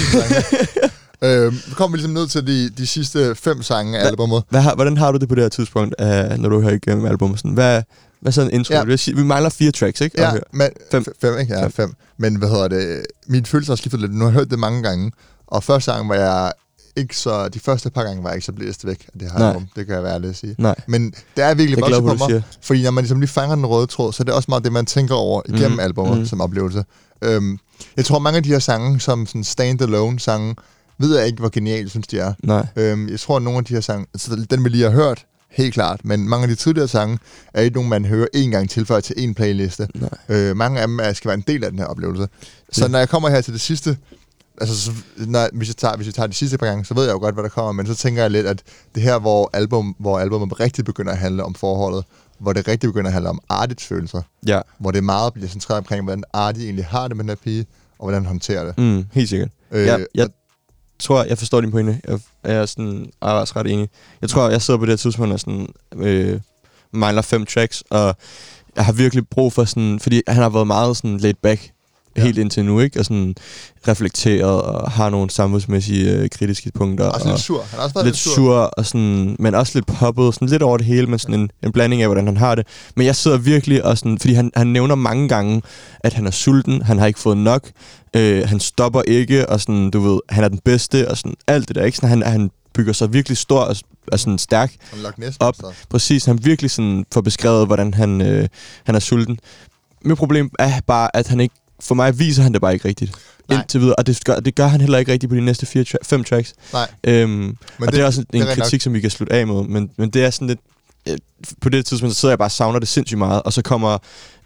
øhm, Nu kommer vi ligesom ned til de, de sidste fem sange af Hva, albumet. Hvad har, hvordan har du det på det her tidspunkt, uh, når du hører igennem albumet? Sådan, hvad, hvad er sådan en intro? Ja. Vi mangler fire tracks, ikke? Ja, men, fem. fem, ikke? Ja, fem. fem. Men hvad hedder det? Min følelse har skiftet lidt. Nu har jeg hørt det mange gange. Og første sang var jeg... Ikke så, de første par gange var jeg ikke så blæst væk af det her album. Det kan jeg være ærlig at sige. Nej. Men det er virkelig vokset på mig, fordi når man ligesom lige fanger den røde tråd, så er det også meget det, man tænker over igennem mm. albumet mm. som oplevelse. Øhm, jeg tror, mange af de her sange, som sådan stand-alone-sange, ved jeg ikke, hvor geniale synes de er. Nej. Øhm, jeg tror, at nogle af de her sange, altså den vi lige har hørt, helt klart, men mange af de tidligere sange er ikke nogen, man hører en gang tilføjet til en playliste. Øh, mange af dem er, skal være en del af den her oplevelse. Det. Så når jeg kommer her til det sidste, altså, så, når, hvis, jeg tager, hvis jeg tager de sidste par gange, så ved jeg jo godt, hvad der kommer, men så tænker jeg lidt, at det her, hvor album, hvor albumet rigtig begynder at handle om forholdet, hvor det rigtig begynder at handle om Artits følelser, ja. Hvor det meget bliver centreret omkring, hvordan Artie egentlig har det med den her pige, og hvordan han håndterer det. Mm, helt sikkert. Øh, jeg, jeg tror, jeg forstår din pointe. Jeg, jeg er sådan arbejds ret enig. Jeg tror, jeg sidder på det her tidspunkt og sådan, øh, mangler fem tracks, og jeg har virkelig brug for sådan, fordi han har været meget sådan laid back, helt indtil nu, ikke? Og sådan reflekteret og har nogle samfundsmæssige øh, kritiske punkter. Også lidt sur. Han er også lidt, lidt sur. sur og sådan, men også lidt poppet, sådan lidt over det hele, men sådan en, en blanding af, hvordan han har det. Men jeg sidder virkelig og sådan, fordi han, han nævner mange gange, at han er sulten, han har ikke fået nok, øh, han stopper ikke, og sådan, du ved, han er den bedste, og sådan alt det der, ikke? Sådan, han, han bygger sig virkelig stor og, og sådan stærk op. Præcis, han virkelig sådan får beskrevet, hvordan han, øh, han er sulten. Mit problem er bare, at han ikke for mig viser han det bare ikke rigtigt indtil videre, og det gør, det gør han heller ikke rigtigt på de næste fire tra- fem tracks. Nej. Øhm, men og det, det er også en, en kritik, nok. Som vi kan slutte af med, men, men det er sådan lidt... Øh, på det tidspunkt, så sidder jeg bare og savner det sindssygt meget, og så kommer...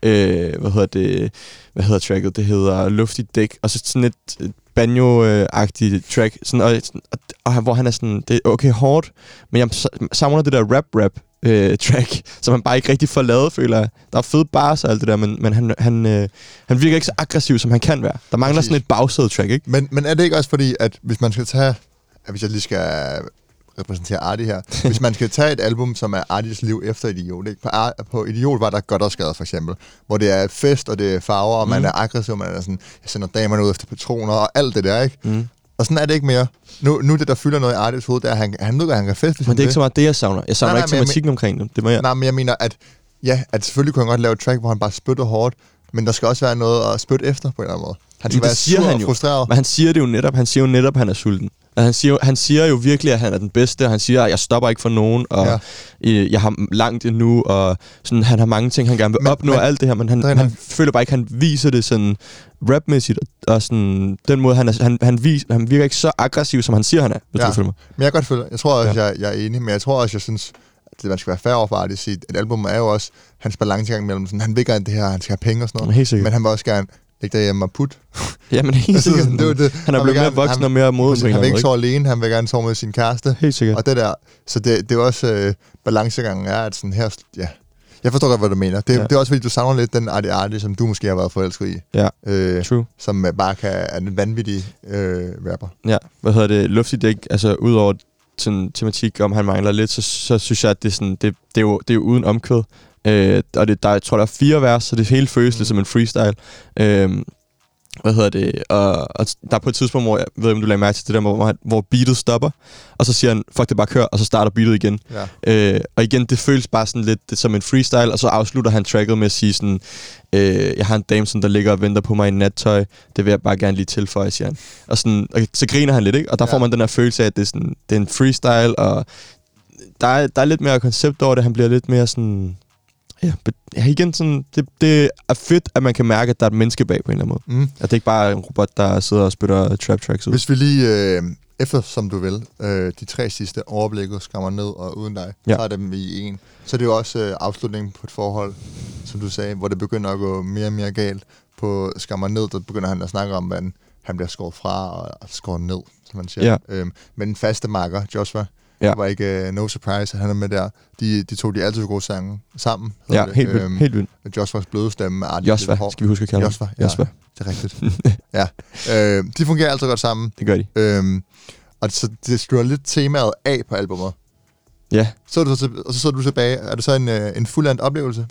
Øh, hvad hedder det... Hvad hedder tracket? Det hedder Luftig Dæk, og så sådan et banjo-agtigt track, sådan, og, og, og hvor han er sådan... Det er okay hårdt, men jeg savner det der rap-rap, Øh, track, som han bare ikke rigtig får lavet, føler jeg. Der er fede bars og alt det der, men, men han, han, øh, han virker ikke så aggressiv, som han kan være. Der mangler Præcis. Sådan et bagsæde-track, ikke? Men, men er det ikke også fordi, at hvis man skal tage... Hvis jeg lige skal repræsentere Artie her. Hvis man skal tage et album, som er Arties liv efter Idiot, ikke? På, Ar- på Idiot var der Godt og Skadet, for eksempel. Hvor det er fest, og det er farver, og mm. man er aggressiv, man er sådan... Jeg sender damerne ud efter patroner, og alt det der, ikke? Mm. Og sådan er det ikke mere. Nu, nu det, der fylder noget i Artis hoved, det er, at han, han ved, at han kan feste. Men det er ikke så meget det, jeg savner. Jeg savner nej, nej, ikke tematikken men, omkring det. Det må jeg. Nej, men jeg mener, at ja, at selvfølgelig kunne han godt lave et track, hvor han bare spytter hårdt, men der skal også være noget at spytte efter på en eller anden måde. Han skal være sur og frustreret. Men han siger det jo netop. Han siger jo netop, at han er sulten. Altså, han, siger jo, han siger jo virkelig, at han er den bedste, og han siger, at jeg stopper ikke for nogen, og ja. øh, jeg har langt endnu, og sådan, han har mange ting, han gerne vil men, opnå, men, alt det her, men han, han føler bare ikke, han viser det sådan rapmæssigt, og sådan, den måde, han, er, han, han, vis, han virker ikke så aggressiv, som han siger, han er, hvis ja. du føler mig. Men jeg kan godt føle, jeg tror også, ja. jeg, jeg er enig, men jeg tror også, jeg synes, at man skal være fair over for at sige, at album er jo også hans balancegang mellem, sådan, han vil gerne det her, han skal have penge og sådan noget, men, men han vil også gerne ikke derhjemme og putte. Jamen helt sikkert. det, det, det. Han er blevet mere voksen han, og mere moden. Han vil ikke sove alene, han vil gerne sove med sin kæreste. Helt sikkert. Og det der, så det, det er også øh, balancegangen er, at sådan her, ja, jeg forstår godt, hvad du mener. Det, ja. det er også fordi, du savner lidt den Artie Artie, som du måske har været forelsket i. Ja, øh, true. Som bare kan, er en vanvittig øh, rapper. Ja, hvad hedder det, Luftig Dæk, altså udover sådan, tematik om, han mangler lidt, så, så synes jeg, at det er, sådan, det, det er, jo, det er jo uden omkvæd. Øh, og det, der, jeg tror, der er fire vers, så det hele føles lidt som en freestyle. Øh, hvad hedder det? Og, og der er på et tidspunkt, hvor jeg ved ikke, om du lagde mærke til det der, hvor, hvor beatet stopper, og så siger han, fuck det, bare kør, og så starter beatet igen. Ja. Øh, og igen, det føles bare sådan lidt det, som en freestyle, og så afslutter han tracket med at sige sådan, øh, jeg har en dame, som der ligger og venter på mig i nattøj, det vil jeg bare gerne lige tilføje, siger han. Og, sådan, og så griner han lidt, ikke? Og der ja. får man den her følelse af, at det er, sådan, det er en freestyle, og der er, der er lidt mere koncept over det, han bliver lidt mere sådan... Ja, igen sådan, det, det er fedt, at man kan mærke, at der er et menneske bag på en eller anden måde. Mm. At det ikke bare er en robot, der sidder og spytter trap tracks ud. Hvis vi lige, øh, efter som du vil, øh, de tre sidste overblikket skammer ned og uden dig, ja. tager dem i en, så er det jo også øh, afslutningen på et forhold, som du sagde, hvor det begynder at gå mere og mere galt. På skammer ned, der begynder han at snakke om, at han bliver skåret fra og skåret ned, som man siger. Ja. Øhm, men den faste makker, Joshua, ja. det var ikke uh, no surprise, at han er med der. De, de tog de altid gode sange sammen. Ja, det. helt vildt. Øhm, helt vildt. Joshuas bløde stemme. Joshua, skal vi huske at kalde Joshua, ja, Joshua. Det er rigtigt. ja. øh, de fungerer altid godt sammen. Det gør de. Øhm, og så det slutter lidt temaet af på albumet. Ja. Så du, og så sidder du tilbage. Er det så en, uh, en fuldendt oplevelse?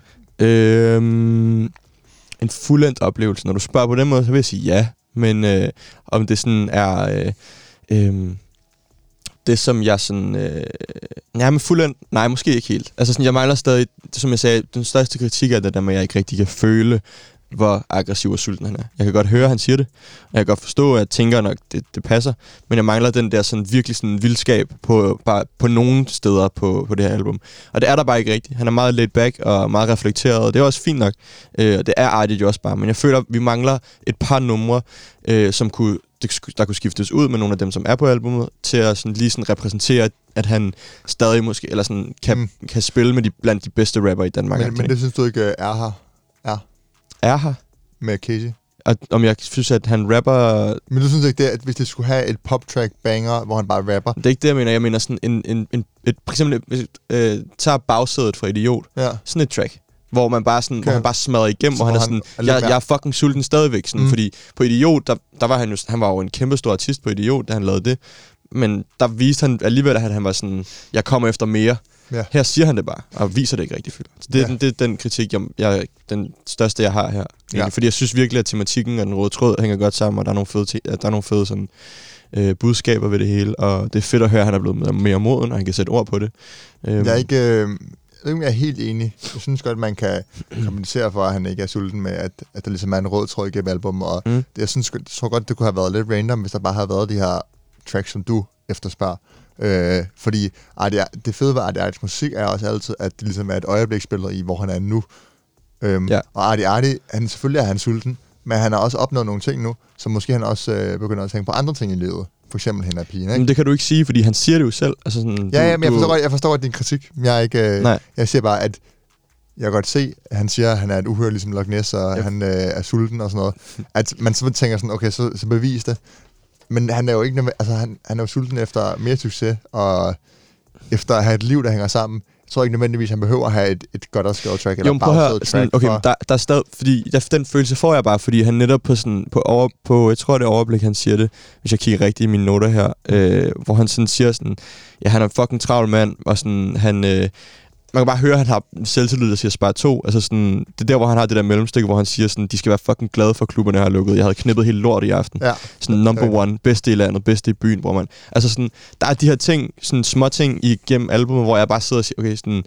Øhm, en fuldendt oplevelse. Når du spørger på den måde, så vil jeg sige ja. Men øh, om det sådan er... Øh, øh, det, som jeg sådan... Øh, ja, men fuldendt... Nej, måske ikke helt. Altså sådan, jeg mangler stadig... Som jeg sagde, den største kritik er det der med, at jeg ikke rigtig kan føle, hvor aggressiv og sulten han er. Jeg kan godt høre, at han siger det. Og jeg kan godt forstå, at jeg tænker nok, det, det passer. Men jeg mangler den der sådan virkelig sådan vildskab på, bare på nogle steder på, på det her album. Og det er der bare ikke rigtigt. Han er meget laid back og meget reflekteret, og det er også fint nok. Øh, og det er artigt jo også bare. Men jeg føler, at vi mangler et par numre, øh, som kunne, der kunne skiftes ud med nogle af dem, som er på albumet, til at sådan lige sådan repræsentere, at han stadig måske, eller sådan kan, mm. kan spille med de, blandt de bedste rapper i Danmark. Men, men det synes du ikke er her? Er? Er her? Med Casey? At, om jeg synes, at han rapper... Men du synes ikke, det er, at hvis det skulle have et pop-track banger, hvor han bare rapper? Det er ikke det, jeg mener. Jeg mener sådan en... en, en et, for eksempel, hvis øh, tager bagsædet fra Idiot. Ja. Sådan et track. Hvor man bare sådan, okay. hvor han bare smadrer igennem, hvor han er sådan, er jeg, jeg er fucking sulten stadigvæk. Sådan, mm. Fordi på Idiot, der, der var han jo... Han var jo en kæmpe stor artist på Idiot, da han lavede det. Men der viste han alligevel, at han var sådan, jeg kommer efter mere. Ja. Her siger han det bare, og viser det ikke rigtig fyldt. Så det, ja. den, det er den kritik, jeg, jeg, den største, jeg har her. Ja. Fordi jeg synes virkelig, at tematikken og den røde tråd hænger godt sammen, og der er nogle fede, te- der er nogle fede sådan, øh, budskaber ved det hele. Og det er fedt at høre, at han er blevet mere moden, og han kan sætte ord på det. Jeg er ikke, øh, jeg er helt enig. Jeg synes godt, man kan kompensere for, at han ikke er sulten med, at, at der ligesom er en rød tråd igennem albumet. Og mm. det, jeg synes jeg tror godt, det kunne have været lidt random, hvis der bare havde været de her tracks, som du efterspørger. Øh, fordi Artie, det fede ved Artie Arties musik er også altid, at det ligesom er et øjebliksbillede i, hvor han er nu. Øhm, ja. Og Artie Artie, han, selvfølgelig er han sulten, men han har også opnået nogle ting nu, så måske han også øh, begynder at tænke på andre ting i livet. For eksempel hende er pigen, ikke? Men det kan du ikke sige, fordi han siger det jo selv. Altså sådan, ja, du, ja, men jeg forstår, godt, jeg forstår godt din kritik. Jeg, er ikke, øh, jeg siger bare, at jeg kan godt se, at han siger, at han er et uhør ligesom Loch Ness, og ja. han øh, er sulten og sådan noget. At man så tænker sådan, okay, så, så bevis det. Men han er jo ikke, altså han, han er jo sulten efter mere succes, og efter at have et liv, der hænger sammen. Jeg tror ikke nødvendigvis, han behøver at have et, et godt og skrevet track, eller bagset track. Okay, for... der, der er stadig, fordi der, den følelse får jeg bare, fordi han netop på sådan, på, over, på jeg tror det er overblik, han siger det, hvis jeg kigger rigtigt i mine noter her, øh, hvor han sådan siger sådan, ja, han er en fucking travl mand, og sådan, han... Øh, man kan bare høre, at han har selvtillid, der siger spare to. Altså sådan, det er der, hvor han har det der mellemstykke, hvor han siger sådan, de skal være fucking glade for, klubberne har lukket. Jeg havde knippet helt lort i aften. Ja. Sådan number okay. one, bedste i landet, bedste i byen, hvor man... Altså sådan, der er de her ting, sådan små ting igennem albumet, hvor jeg bare sidder og siger, okay, sådan,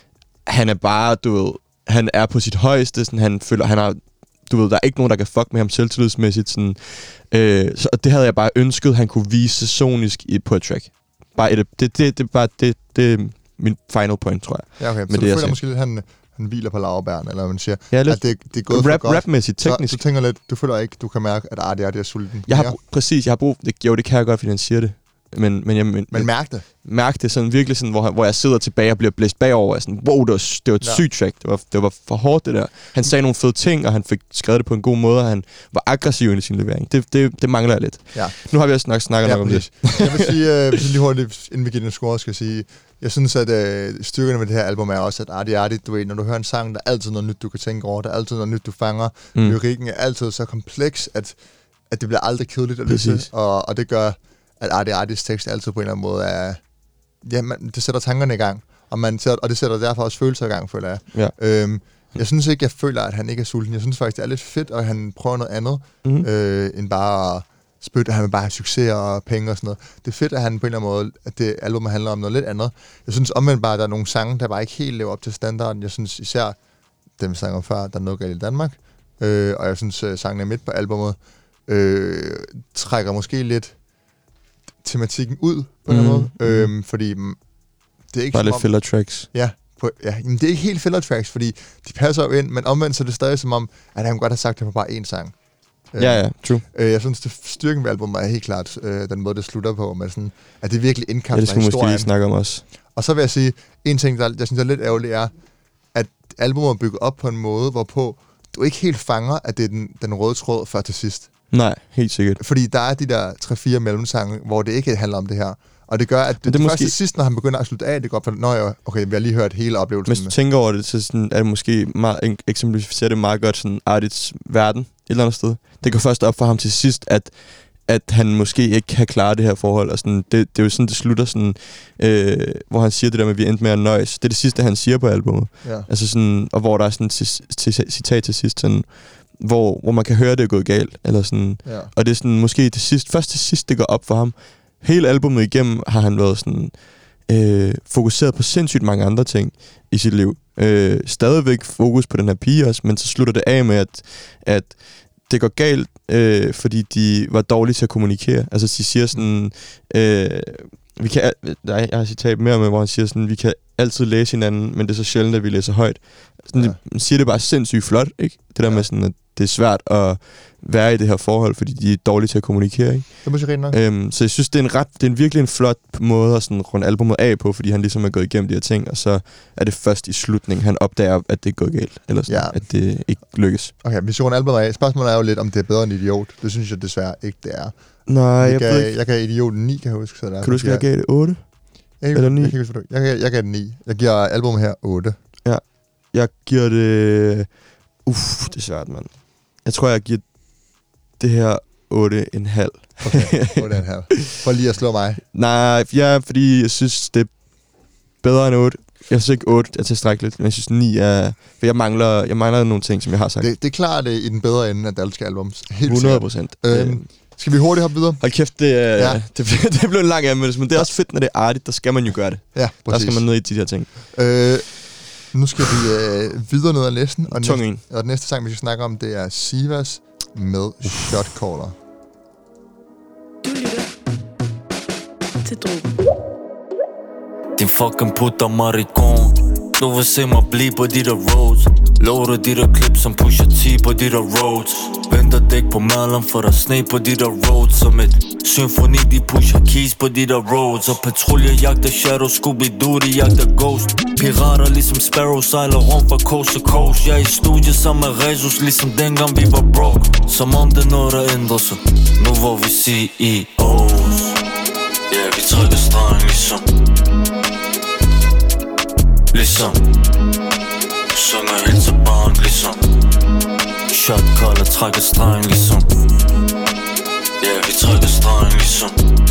han er bare, du ved, han er på sit højeste, sådan, han føler, han har, du ved, der er ikke nogen, der kan fuck med ham selvtillidsmæssigt, sådan, øh, så det havde jeg bare ønsket, han kunne vise sonisk i, på et track. Bare et, det, det, det, bare, det, det, min final point, tror jeg. Ja, okay. Så det, du føler måske lidt, at han, han hviler på laurbærne, eller man siger, ja, at det, det er gået rap, for godt. Rapmæssigt, teknisk. Så, du tænker lidt, du føler ikke, du kan mærke, at Artie Artie er sulten. Jeg har brug, præcis, jeg har brug, det, jo, det kan jeg godt, fordi han siger det. Men, men, jeg, men, men mærk det. Mærk det sådan virkelig sådan, hvor, hvor jeg sidder tilbage og bliver blæst bagover. Sådan, wow, det var, det var et ja. sygt track. Det var, det var for hårdt, det der. Han sagde nogle fede ting, og han fik skrevet det på en god måde, og han var aggressiv i sin levering. Det, det, det mangler jeg lidt. Ja. Nu har vi også nok snakket ja, nok om det. Jeg vil sige, uh, hvis jeg lige hurtigt, inden vi giver den score, skal sige, jeg synes, at uh, styrkerne med det her album er også, at Artie Artie, du ved, når du hører en sang, der er altid noget nyt, du kan tænke over. Der er altid noget nyt, du fanger. Mm. Lyrikken er altid så kompleks, at, at det bliver aldrig kedeligt at lytte til. Og, og det gør, at Artie Arties tekst altid på en eller anden måde er, ja, man, det sætter tankerne i gang, og, man sætter, og det sætter derfor også følelser i gang, føler jeg. Ja. Øhm, jeg synes ikke, jeg føler, at han ikke er sulten. Jeg synes faktisk, det er lidt fedt, at han prøver noget andet, mm-hmm. øh, end bare at spytte, at han vil bare have succes og penge og sådan noget. Det er fedt, at han på en eller anden måde, at det album handler om noget lidt andet. Jeg synes omvendt bare, at der er nogle sange, der bare ikke helt lever op til standarden. Jeg synes især, dem vi sang om før, der er noget galt i Danmark, øh, og jeg synes, at sangene midt på albumet øh, trækker måske lidt tematikken ud på en mm. måde, øhm, fordi mm, det er ikke bare lidt filler tracks. Ja, på, ja, men det er ikke helt filler tracks, fordi de passer jo ind, men omvendt så er det stadig som om, at han godt har sagt det på bare én sang. Ja, ja, true. Øh, jeg synes, det styrken ved albumet er helt klart øh, den måde, det slutter på, med sådan, at det virkelig indkapsler ja, det skal historien. Måske lige snakke om også. Og så vil jeg sige, en ting, der jeg synes er lidt ærgerligt, er, at albumet er bygget op på en måde, hvorpå du ikke helt fanger, at det er den, den røde tråd før til sidst. Nej, helt sikkert. Fordi der er de der tre-fire mellemsange, hvor det ikke handler om det her. Og det gør, at det, det, det måske... først til sidst, når han begynder at slutte af, det går op for, nå ja, okay, vi har lige hørt hele oplevelsen. Hvis du tænker over det, så sådan, er det måske meget, eksemplificerer det meget godt sådan Ardits verden et eller andet sted. Det går først op for ham til sidst, at, at han måske ikke kan klare det her forhold. Og sådan, det, det er jo sådan, det slutter, sådan, øh, hvor han siger det der med, at vi endte med at nøjes. Det er det sidste, han siger på albumet. Ja. Altså sådan, og hvor der er sådan et citat til sidst, sådan, hvor, hvor man kan høre, det er gået galt. Eller sådan. Ja. Og det er sådan, måske det sidste, først til sidst, det går op for ham. Hele albumet igennem har han været sådan, øh, fokuseret på sindssygt mange andre ting i sit liv. Øh, stadigvæk fokus på den her pige også, men så slutter det af med, at, at det går galt, øh, fordi de var dårlige til at kommunikere. Altså de siger sådan, øh, vi kan, nej, jeg har citat mere med, hvor han siger sådan, vi kan altid læse hinanden, men det er så sjældent, at vi læser højt. Sådan, ja. De siger det bare sindssygt flot, ikke? Det der ja. med sådan, at det er svært at være i det her forhold, fordi de er dårlige til at kommunikere, ikke? Det må jeg nok. Øhm, så jeg synes, det er en ret, det er en virkelig en flot måde at sådan runde albumet af på, fordi han ligesom er gået igennem de her ting, og så er det først i slutningen, han opdager, at det er gået galt, eller sådan, ja. At det ikke lykkes. Okay, hvis vi runder albumet af, spørgsmålet er jo lidt, om det er bedre end Idiot. Det synes jeg desværre ikke, det er. Nej, jeg, jeg gav, ikke. Jeg gav Idiot ni, kan jeg huske. Så der kan du huske, jeg gav det otte? Jeg, eller ni? Jeg, jeg, jeg, jeg, jeg gav det ni. Jeg giver albumet her otte. Ja, jeg giver det... Uff, det er svært, mand. Jeg tror, jeg giver det her otte komma fem. Okay, otte komma fem. For lige at slå mig. Nej, ja, fordi jeg synes, det er bedre end otte. Jeg synes ikke otte er tilstrækkeligt, men jeg synes ni er... For jeg mangler, jeg mangler nogle ting, som jeg har sagt. Det, det er klart det i den bedre ende af Dalske albums. Helt hundrede procent. Øhm, skal vi hurtigt hoppe videre? Hold kæft, det, ja. det, det blev en lang anmeldelse, men det er også fedt, når det er artigt, der skal man jo gøre det. Ja, præcis. Der skal man ned i de her ting. Øh, nu skal vi øh, videre ned ad listen, og, næste, og den næste sang, vi skal snakke om, det er Sivas med Shot Caller. Du lytter til Drogen. Din fucking putter maricon. Du vil se mig blive på de der roads. Loader de der clips som pusher ti på de der roads. Venter dæk på Merlin for der sne på de der roads. Som et symfoni de pusher keys på de der roads. Og patruljer jagter shadow, Scooby-Doo de jagter ghost. Pirater ligesom Sparrow sejler rundt fra coast to coast. Jeg er i studiet sammen med Rezus ligesom dengang vi var broke. Som om det er noget der ændrer sig nu hvor vi C E O's. Ja, yeah, vi trækker stregen ligesom Ligesom synger helt til barn ligesom Shot caller trækker stregen ligesom Ja, yeah, vi trækker stregen ligesom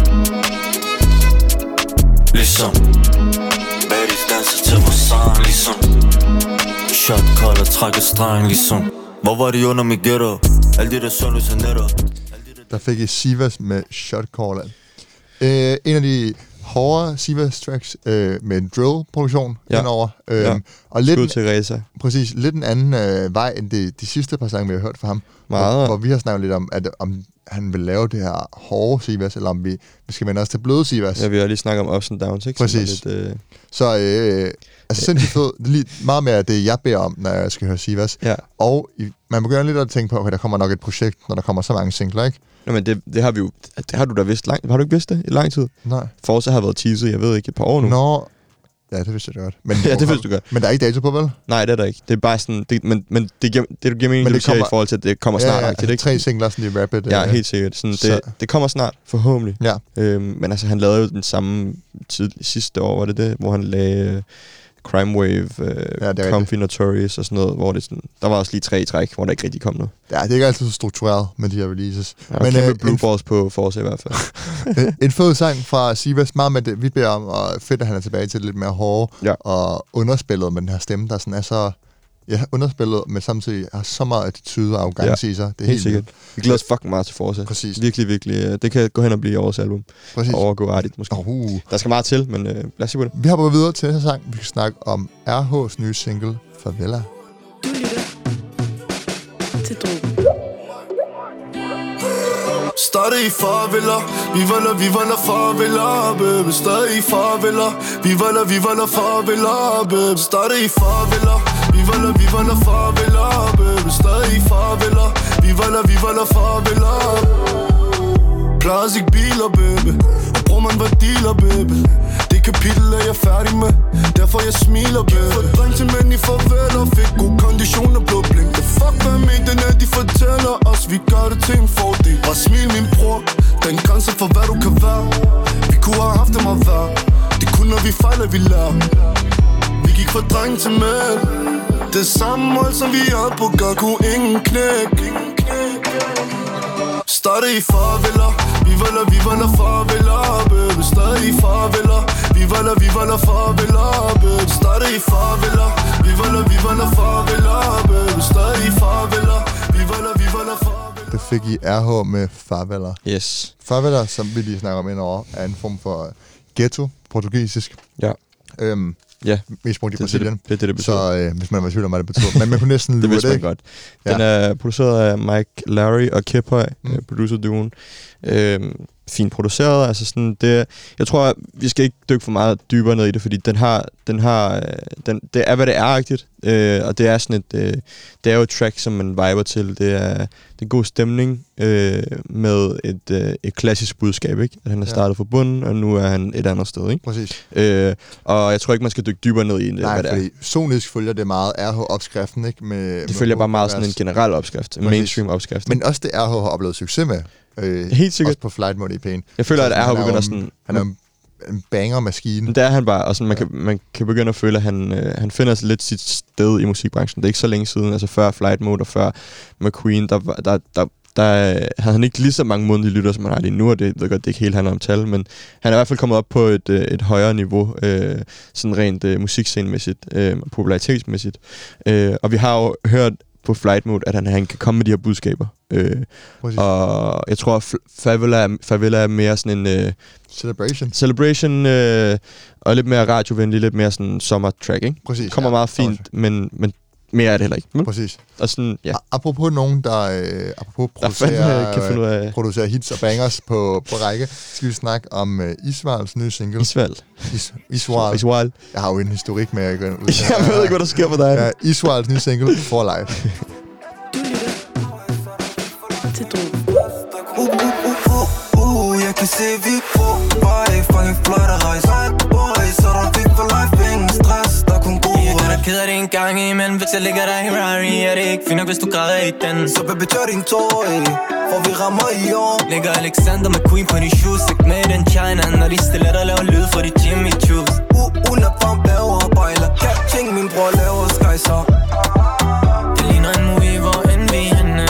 Ligesom Baddies danser til vores sang ligesom Shot caller trækker stregen ligesom Hvor var de under mit ghetto? Alle de der søvnløse netter. Der fik I Sivas med Shot Caller. øh, En af de hårdere Sivas tracks øh, med en drill-produktion ja. Indover. Øh, ja. Og lidt Skud til Reza. Præcis, lidt en anden øh, vej end de, de sidste par sange, vi har hørt fra ham. Meget. Hvor, hvor vi har snakket lidt om, at om han vil lave det her hårde Sivas, eller om vi, vi skal vende os til bløde Sivas. Ja, vi har lige snakket om ups and downs, ikke? Præcis. Lidt, øh... Så øh, altså sindssygt fed. Det er lige meget mere det, jeg beder om, når jeg skal høre Sivas. Ja. Og i, man begynder lidt at tænke på, at der kommer nok et projekt, når der kommer så mange singler, ikke? Nå, men det, det har vi jo... Det har du da vidst lang... Har du ikke vidst det i lang tid? Nej. Forza har været teaset, jeg ved ikke, et par år nu. Nå... Ja, det vidste jeg godt. Men, ja, det vidste du godt. Men der er ikke dato på, vel? Nej, det er der ikke. Det er bare sådan... Det, men men det, giver, det giver mening, det kommer, i forhold til, at det kommer snart. Ja, ja, altså ikke? Tre singler, sådan i rapid. Ja, helt sikkert. Sådan, det, det kommer snart, forhåbentlig. Ja. Øhm, men altså, han lavede jo den samme tid sidste år, var det det? Hvor han lagde Crime Wave, øh, ja, Comfy Notorious og sådan noget, hvor det sådan, der var også lige tre i træk, hvor der ikke rigtig kom noget. Ja, det er ikke altid så struktureret med de her releases. Ja, men kæmpe øh, blue balls på Force i hvert fald. En fed sang fra Sivas, meget med det, vi beder om, og fedt, at han er tilbage til lidt mere hårde ja. og underspillet med den her stemme, der sådan er så ja, underspillet, men samtidig har så meget attitude og arrogance ja, i sig. Det er helt, helt sikkert. Vi glæder os fucking meget til Force. Præcis. Virkelig, virkelig. Det kan gå hen og blive årets album. Præcis. Og overgå Ardit måske. Uh. Der skal meget til, men øh, lad os se på det. Vi hopper videre til næste sang. Vi skal snakke om R H's nye single, Favela. Du lytter til Drogen. Starter i favela, vi volder, vi volder favela, baby. Starter i favela, vi volder, vi volder favela, baby. Starter i favela, vi volder, vi volder favela, baby. Starter i favela, vi volder, vi volder favela. Plastik biler, baby. Og bror man var dealer, baby. Det kapitel er jeg færdig med, derfor jeg smiler, baby. For dreng til mænd i farveler, fik god kondition og blå blink. The fuck hvad mængden er, de fortæller os, vi gør det til en fordel. Bare smil min bror, den grænse for hvad du kan være. Vi kunne have haft dem at være, det kun når vi fejler, vi lærer. Vi gik fra dreng til mænd, det samme mål som vi havde på gang, kunne ingen knæk. Starter i favela, vi volder, vi volder favela, baby. Starter i favela, vi volder, vi volder favela, baby. Starter i favela, vi volder, vi volder favela, baby. Starter i favela, vi volder, vi volder favela. Det fik I R H med Favela. Yes. Favela, som vi lige snakker om indover, er en form for ghetto, portugisisk. Ja. Øhm, Ja, mest brugt i Brasilien. Det er det, det betyder. Så øh, hvis man var i tvivl om, hvad det betyder. Men man kunne næsten lure det, det ikke? Godt. Den ja. er produceret af Mike Larry og Kiphoy, mm. producer-duoen. Øhm, fint produceret, altså sådan det. Jeg tror, vi skal ikke dykke for meget dybere ned i det, fordi den har, den har, den, det er hvad det er-agtigt, øh, og det er sådan et, øh, det er jo et track, som man viber til. Det er, det er en god stemning øh, med et, øh, et klassisk budskab, ikke? At han er startet ja. fra bunden, og nu er han et andet sted, ikke? Præcis. Øh, og jeg tror ikke, man skal dykke dybere ned i det, Nej, hvad det er. fordi sonisk følger det meget R H-opskriften, ikke? Med, det med følger bare meget sådan en generel opskrift, en mainstream-opskrift. Men også det R H har oplevet succes med. Øh, Helt sikkert. Også på Flight Mode E P'en. Jeg føler, at R H begynder en, sådan... Han er en, en banger-maskine. Det er han bare, og sådan, man, ja. kan, man kan begynde at føle, at han, øh, han finder lidt sit sted i musikbranchen. Det er ikke så længe siden, altså før Flight Mode og før McQueen, der, der, der, der, der havde han ikke lige så mange månedlige lytter, som han har lige nu, og det ved godt, det ikke helt handler om tal, men han er i hvert fald kommet op på et, et højere niveau, øh, sådan rent øh, musikscenemæssigt, øh, popularitetsmæssigt. Øh, og vi har jo hørt på Flight Mode, at han, han kan komme med de her budskaber. Øh, og jeg tror, at Favela, Favela er mere sådan en... Øh, celebration. Celebration, øh, og lidt mere radiovenlig, lidt mere sådan sommertrack, ikke? Præcis. Kommer ja, meget fint, men, men mere er det heller ikke. Mm? Præcis. Og sådan, ja. Apropos nogen, der, øh, apropos producerer, kan finde ud af... producerer hits og bangers på, på række, skal vi snakke om uh, Isvals nye single. Isval. Is, Isval. Isval. Jeg har jo en historik med at gå ud. Jeg ved ikke, hvad der sker med dig. Ja, Isvals nye single, For Life. Du lytter til Drogen. Uh, uh, uh, uh, uh, jeg kan se, vi er på vej. Fange flot og rejse ret, boy. Så der fik for life, ingen stress, der kun god vej. Jeg er ked af det en gang imellem, hvis jeg ligger der i Rari. Er det ikke fint nok, hvis du græder i den? Så baby, tør din tår, for vi rammer i år. Lægger Alexander McQueen på de shoes. Ikke med den China, når de stiller der laver lyd for de Jimmy Choos. Uh, uh, lad frem bæver og bejler. Catching, min bror laver skejser. Det ligner en movie, hvor end vi er henne.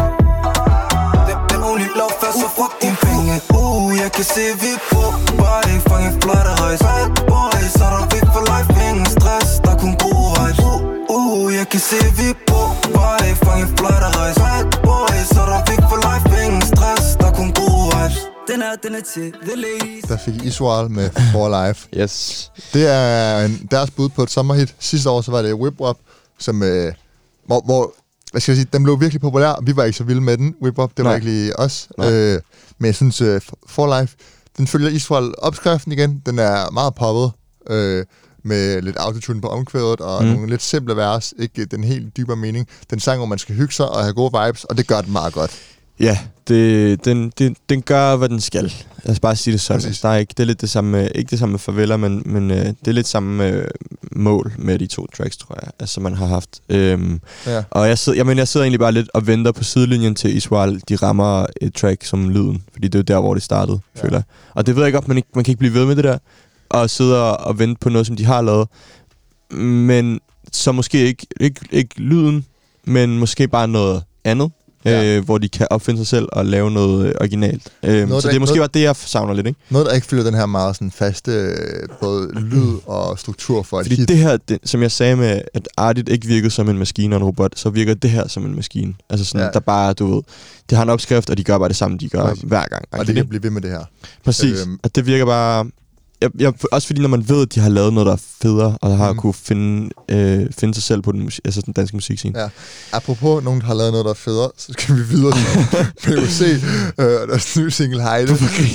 Det er only love fast, så fuck din penge. Uh, jeg kan se, vi er på vej. Fange flot og rejse ret, boy. Så der fik for life, ingen stress, der kun gode vibes. Uh, uh, jeg kan se, vi er på vej. Fange flot og rejse ret, boy. Så der fik for life, ingen stress, der kun gode vibes. Den er, den er til the ladies. Der fik Iswal med For Life. Yes. Det er en, deres bud på et sommerhit. Sidste år så var det Whip Up, som... Øh, hvor, hvor hvad skal jeg sige, den blev virkelig populær. Vi var ikke så vilde med den, Whip Up. Det var Nej. ikke lige os. Øh, men jeg synes, uh, For Life, den følger Iswal opskriften igen. Den er meget poppet. Øh, med lidt autotune på omkvædet og mm. nogle lidt simple vers. Ikke den helt dybere mening. Den sang, hvor man skal hygge sig og have gode vibes, og det gør den meget godt. Ja, det, den, den, den gør, hvad den skal. Lad os bare sige det sådan. Der er ikke, det er lidt det samme, ikke det samme med Favela, men, men øh, det er lidt samme øh, mål med de to tracks, tror jeg, altså man har haft. Øhm, ja. Og jeg sidder, jamen, jeg sidder egentlig bare lidt og venter på sidelinjen til Iswal, de rammer et track som lyden, fordi det er der, hvor det startede, ja. føler jeg. Og det ved jeg godt, man, ikke, man kan ikke blive ved med det der, og sidde og, og vente på noget, som de har lavet. men så måske ikke, ikke, ikke lyden, men måske bare noget andet. Ja. Øh, hvor de kan opfinde sig selv og lave noget øh, originalt. Øh, noget, så det er måske noget, bare det, jeg savner lidt, ikke? Noget, der ikke fylder den her meget sådan faste øh, både lyd og struktur for et Fordi hit. det her, det, som jeg sagde med, at Artit ikke virkede som en maskine og en robot, så virker det her som en maskine. Altså sådan, ja. Der bare, du ved, det har en opskrift, og de gør bare det samme, de gør Præcis. hver gang. Og det kan blive ved med det her. Præcis. Øhm. At det virker bare... Jeg, jeg, også fordi, når man ved, at de har lavet noget, der er federe, og der har mm. kunne finde, øh, finde sig selv på den, musik, altså den danske musikscene. Ja. Apropos nogen, der har lavet noget, der er federe, så skal vi videre til P O C øh, og deres nye single Heide.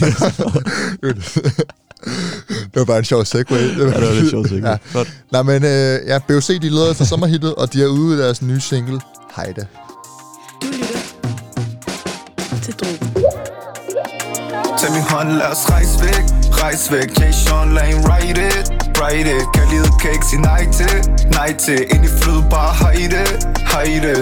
Det var bare en sjov segway. Ja, det var lidt sjov segway. Ja. Nej, men øh, ja, B O C, de leder efter sommerhittet, og de er ude i deres nye single Heide. Du lytter til Drogen. Tag min hånd, lad os rejse væk, rejse væk. Jay Sean, lad en write it, write it. Kan livet kan ikke sige nej til, nej til. Ind i flød, bare hejde, hejde.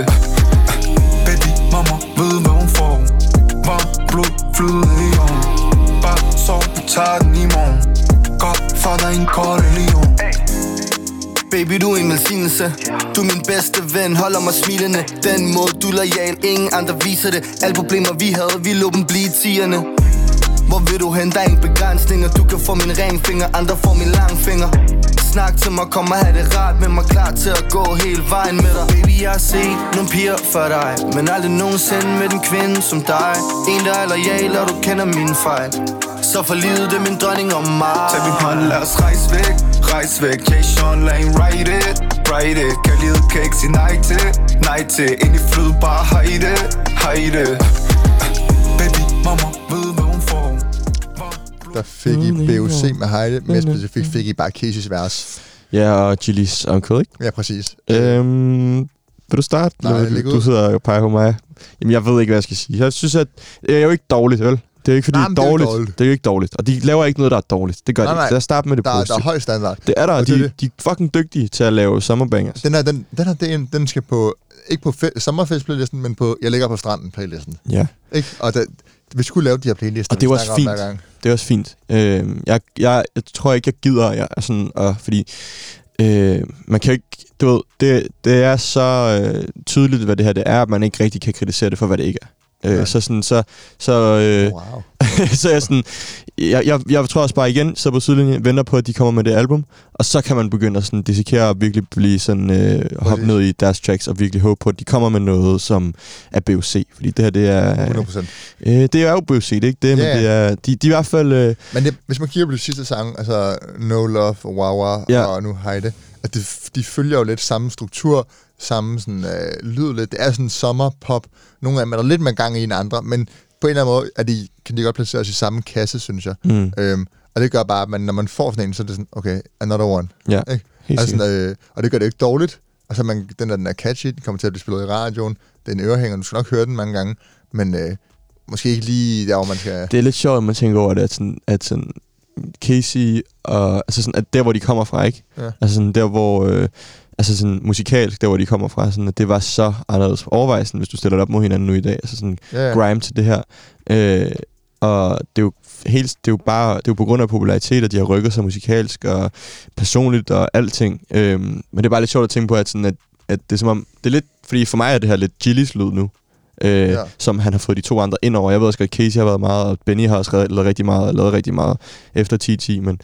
Baby, mama, ved hvad hun får. Var blod, flyde i ovnen. Bare sov, vi tager den i morgen. Godt for dig en kort religion. Baby, du er en velsignelse. Du er min bedste ven, holder mig smilende. Den måde, du er loyal, ingen andre viser det. Alle problemer vi havde, vi lå dem blive tierne. Hvor vil du hen? Der er ingen begrænsninger. Du kan få min ringfinger, andre får min langfinger. Snak til mig, kom og have det rart med mig. Klar til at gå hele vejen med dig. Baby, jeg har set nogle piger for dig, men aldrig nogensinde med en kvinde som dig. En, der er loyal, og du kender mine fejl. Så for livet, det er min dronning om mig. Tag min hånd, lad os rejse væk, rejse væk. Jay Sean, lad en write it, write it. Kan livet kan ikke sige nej til, nej til. Ind i flød, bare hejde, hejde. Baby, mama, ved hvad hun får. Der fik I B O C med Heide, mere specifikt fik I bare Casey's vers. Ja, og Chili's Uncle, ikke? Ja, præcis. Øhm, vil du starte? Nej, du, du sidder og peger på mig. Jamen, jeg ved ikke, hvad jeg skal sige. Jeg synes, at det er jo ikke dårligt, vel? Det er jo ikke, fordi nej, det er dårligt. dårligt. Det er jo ikke dårligt. Og de laver ikke noget, der er dårligt. Det gør nej, de ikke. Lad os starte med det der, positive. Der er høj standard. Det er der, og de, de er fucking dygtige til at lave sommerbangers. Den her, den, den her, den, den skal på, ikke på fe- sommerfest-playlisten, men på Jeg ligger på stranden-playlisten. Ja. Ikke? Og der, vi skulle lave de her playlister. Og det er også fint. Det er også fint. Øh, jeg, jeg, jeg tror ikke, jeg gider, jeg, sådan, og, fordi øh, man kan ikke, du ved, det, det er så øh, tydeligt, hvad det her det er, at man ikke rigtig kan kritisere det for, hvad det ikke er. Øh, så sådan, så, så, øh, wow. så jeg sådan, jeg, jeg, jeg tror også bare igen, så på sidelinjen venter på, at de kommer med det album, og så kan man begynde at sådan dissekere og virkelig blive sådan, øh, hoppe ned i deres tracks, og virkelig håbe på, at de kommer med noget, som er B O C, fordi det her, det er... hundrede procent. Øh, det er jo B O C, det er ikke det, yeah. men det er, de, de er i hvert fald... Øh, men det, hvis man kigger på de sidste sang, altså No Love, Wow Wow ja. og nu Heide, at det, de følger jo lidt samme struktur, samme sådan, øh, lyd lidt. Det er sådan sommerpop. Nogle af dem er der lidt mere gang i en andre, men på en eller anden måde er de, kan de godt placere os i samme kasse, synes jeg. Mm. Øhm, og det gør bare, at man, når man får sådan en, så er det sådan, okay, another one. Ja, ikke? Altså sådan, øh, og det gør det ikke dårligt. Altså, man, den der, den er catchy, den kommer til at blive spillet i radioen. Det er en ørehænger, du skal nok høre den mange gange, men øh, måske ikke lige der, hvor man skal... Det er lidt sjovt, at man tænker over det, at sådan, at sådan Casey og... Altså sådan, at der, hvor de kommer fra, ikke? Ja. Altså sådan der, hvor... Øh, altså sådan musikalsk, der hvor de kommer fra, sådan, at det var så anderledes overvejsen, hvis du stiller det op mod hinanden nu i dag. Altså sådan yeah. grime til det her. Øh, og det er jo helt, det er jo bare, det er jo på grund af popularitet, at de har rykket sig musikalsk og personligt og alting. Øh, men det er bare lidt sjovt at tænke på, at, sådan, at, at det er som om, det er lidt, fordi for mig er det her lidt Chili's lyd nu. Øh, yeah. Som han har fået de to andre ind over. Jeg ved også godt, Casey har været meget, og Benny har også lavet rigtig meget, og lavet rigtig meget efter ti ti, men...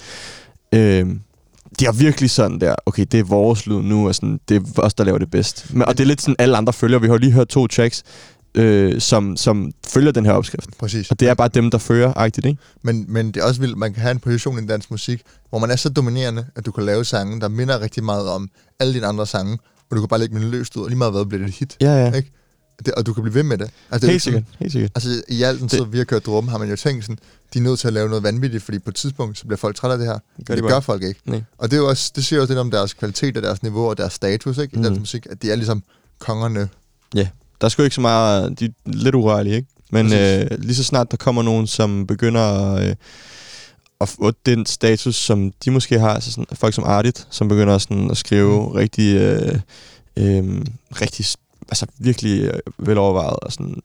Øh, de har virkelig sådan der, okay, det er vores lyd nu, og sådan, det er os, der laver det bedst. Men, og det er lidt sådan, alle andre følger. Vi har lige hørt to tracks, øh, som, som følger den her opskrift. Præcis. Og det er bare dem, der fører, agtigt, ikke? Men, men det er også vildt, man kan have en position i dansk musik, hvor man er så dominerende, at du kan lave sange, der minder rigtig meget om alle dine andre sange, og du kan bare lægge min løst ud, og lige meget hvad bliver det et hit. Ja, ja. Ikke? Det, og du kan blive ved med det. Altså, helt det sikkert, helt sikkert. Altså i alt den tid, vi har kørt Dråben, har man jo tænkt sådan, de er nødt til at lave noget vanvittigt, fordi på et tidspunkt, så bliver folk trætte af det her. Det gør, det gør folk ikke. Nej. Og det, er jo også, det siger jo lidt om deres kvalitet og deres niveau og deres status, ikke? I mm. deres musik, at de er ligesom kongerne. Ja, der er sgu ikke så meget, de er lidt urørlige, ikke? Men øh, lige så snart der kommer nogen, som begynder at, øh, at få den status, som de måske har, altså sådan, folk som Artit, som begynder sådan at skrive mm. rigtig, øh, øh, rigtig altså virkelig velovervejet og sådan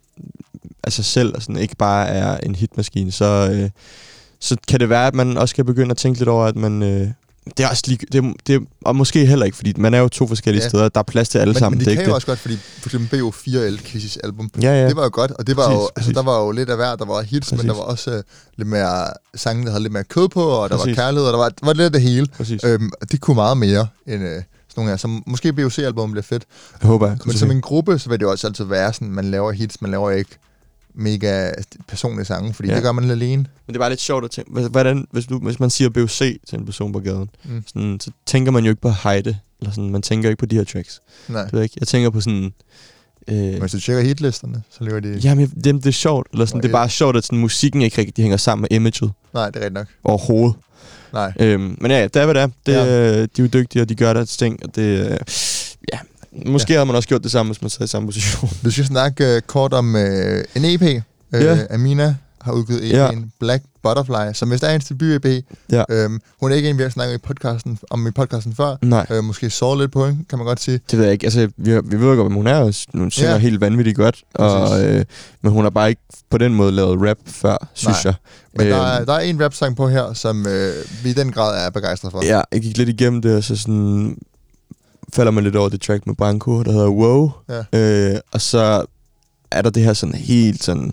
af sig selv, og sådan ikke bare er en hitmaskine, så, øh, så kan det være, at man også kan begynde at tænke lidt over, at man, øh, det er også lige, det er, det er, og måske heller ikke, fordi man er jo to forskellige ja. steder, der er plads til alle men, sammen. Men de det kan jo også godt, fordi for eksempel B O fire L, Kizzy's album, ja, ja. det var jo godt, og det var præcis, jo, altså, der var jo lidt af hver, der var hits, præcis. Men der var også uh, lidt mere sange, der havde lidt mere kød på, og der præcis. var kærlighed, og der var, var lidt af det hele. Øhm, og det kunne meget mere end uh, sådan nogle her, så måske B O C-album bliver fedt. Jeg håber jeg. Men som en gruppe, så vil det jo også altid være sådan, man laver hits, man laver ikke mega personlige sange, fordi ja. det gør man alene. Men det er bare lidt sjovt at tænke, hvordan, hvis, du, hvis man siger B O C til en person på gaden, mm. sådan, så tænker man jo ikke på Heide, eller sådan, man tænker ikke på de her tracks. Nej. Det ved jeg ikke. Jeg tænker på sådan... Øh, hvis du tjekker hitlisterne, så lever de... Jamen, det, det er sjovt, eller sådan, det er bare sjovt, at sådan, musikken ikke rigtig hænger sammen med imaget. Nej, det er rigtigt nok. Overhovedet. Nej. Øhm, men ja, det er hvad det er. Det, ja. De er jo dygtige, og de gør deres ting, og det... Ja, måske ja. havde man også gjort det samme, hvis man sad i samme position. Du skal snakke uh, kort om uh, en E P. Uh, ja. Amina har udgivet E P'en ja. Black Butterfly, som hvis der er en debut-E P. Ja. Øhm, hun er ikke en, vi har snakket i podcasten, om i podcasten før. Nej. Øh, måske så lidt på hende, kan man godt sige. Det ved jeg ikke. Altså, vi, vi ved godt, hvem hun er. Hun synger ja. helt vanvittigt godt. Og, øh, men hun har bare ikke på den måde lavet rap før, synes Nej. jeg. Men øh, der, er, der er en rap-sang på her, som øh, vi i den grad er begejstret for. Ja, jeg gik lidt igennem det, og så sådan... falder man lidt over det track med Branko, der hedder Wow. Ja. Øh, og så er der det her sådan helt sådan...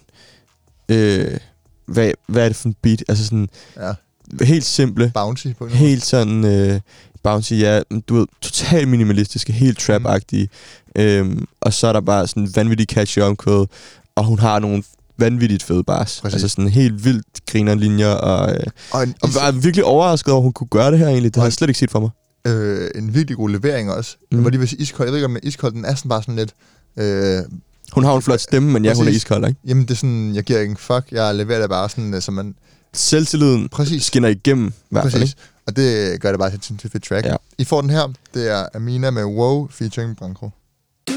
Øh, hvad, hvad er det for en beat? Altså sådan... Ja. Helt simple. Bouncy på en Helt sådan... Øh, bouncy, ja. Du ved, totalt minimalistiske, helt trap-agtige. Mm. Øhm, og så er der bare sådan vanvittigt catchy omkvæd. Og hun har nogle vanvittigt fede bars. Præcis. Altså sådan helt vildt grinerlinjer. Og, øh, og, en, og var virkelig overrasket over, at hun kunne gøre det her egentlig. Det har jeg slet ikke set for mig. Øh, en virkelig god levering også. Mm. Hvor de vil sige iskold. Jeg ved ikke, om iskold, den er sådan bare sådan lidt... Øh, hun har en flot stemme, men ja, præcis. Hun er iskold, ikke? Jamen, det er sådan, jeg giver ikke en fuck. Jeg leverer det bare sådan, som man... Selvtilliden præcis. Skinner igennem, i hvert fald, ikke? Og det gør det bare til et fedt track. Ja. I får den her. Det er Amina med Wow featuring Branko. Du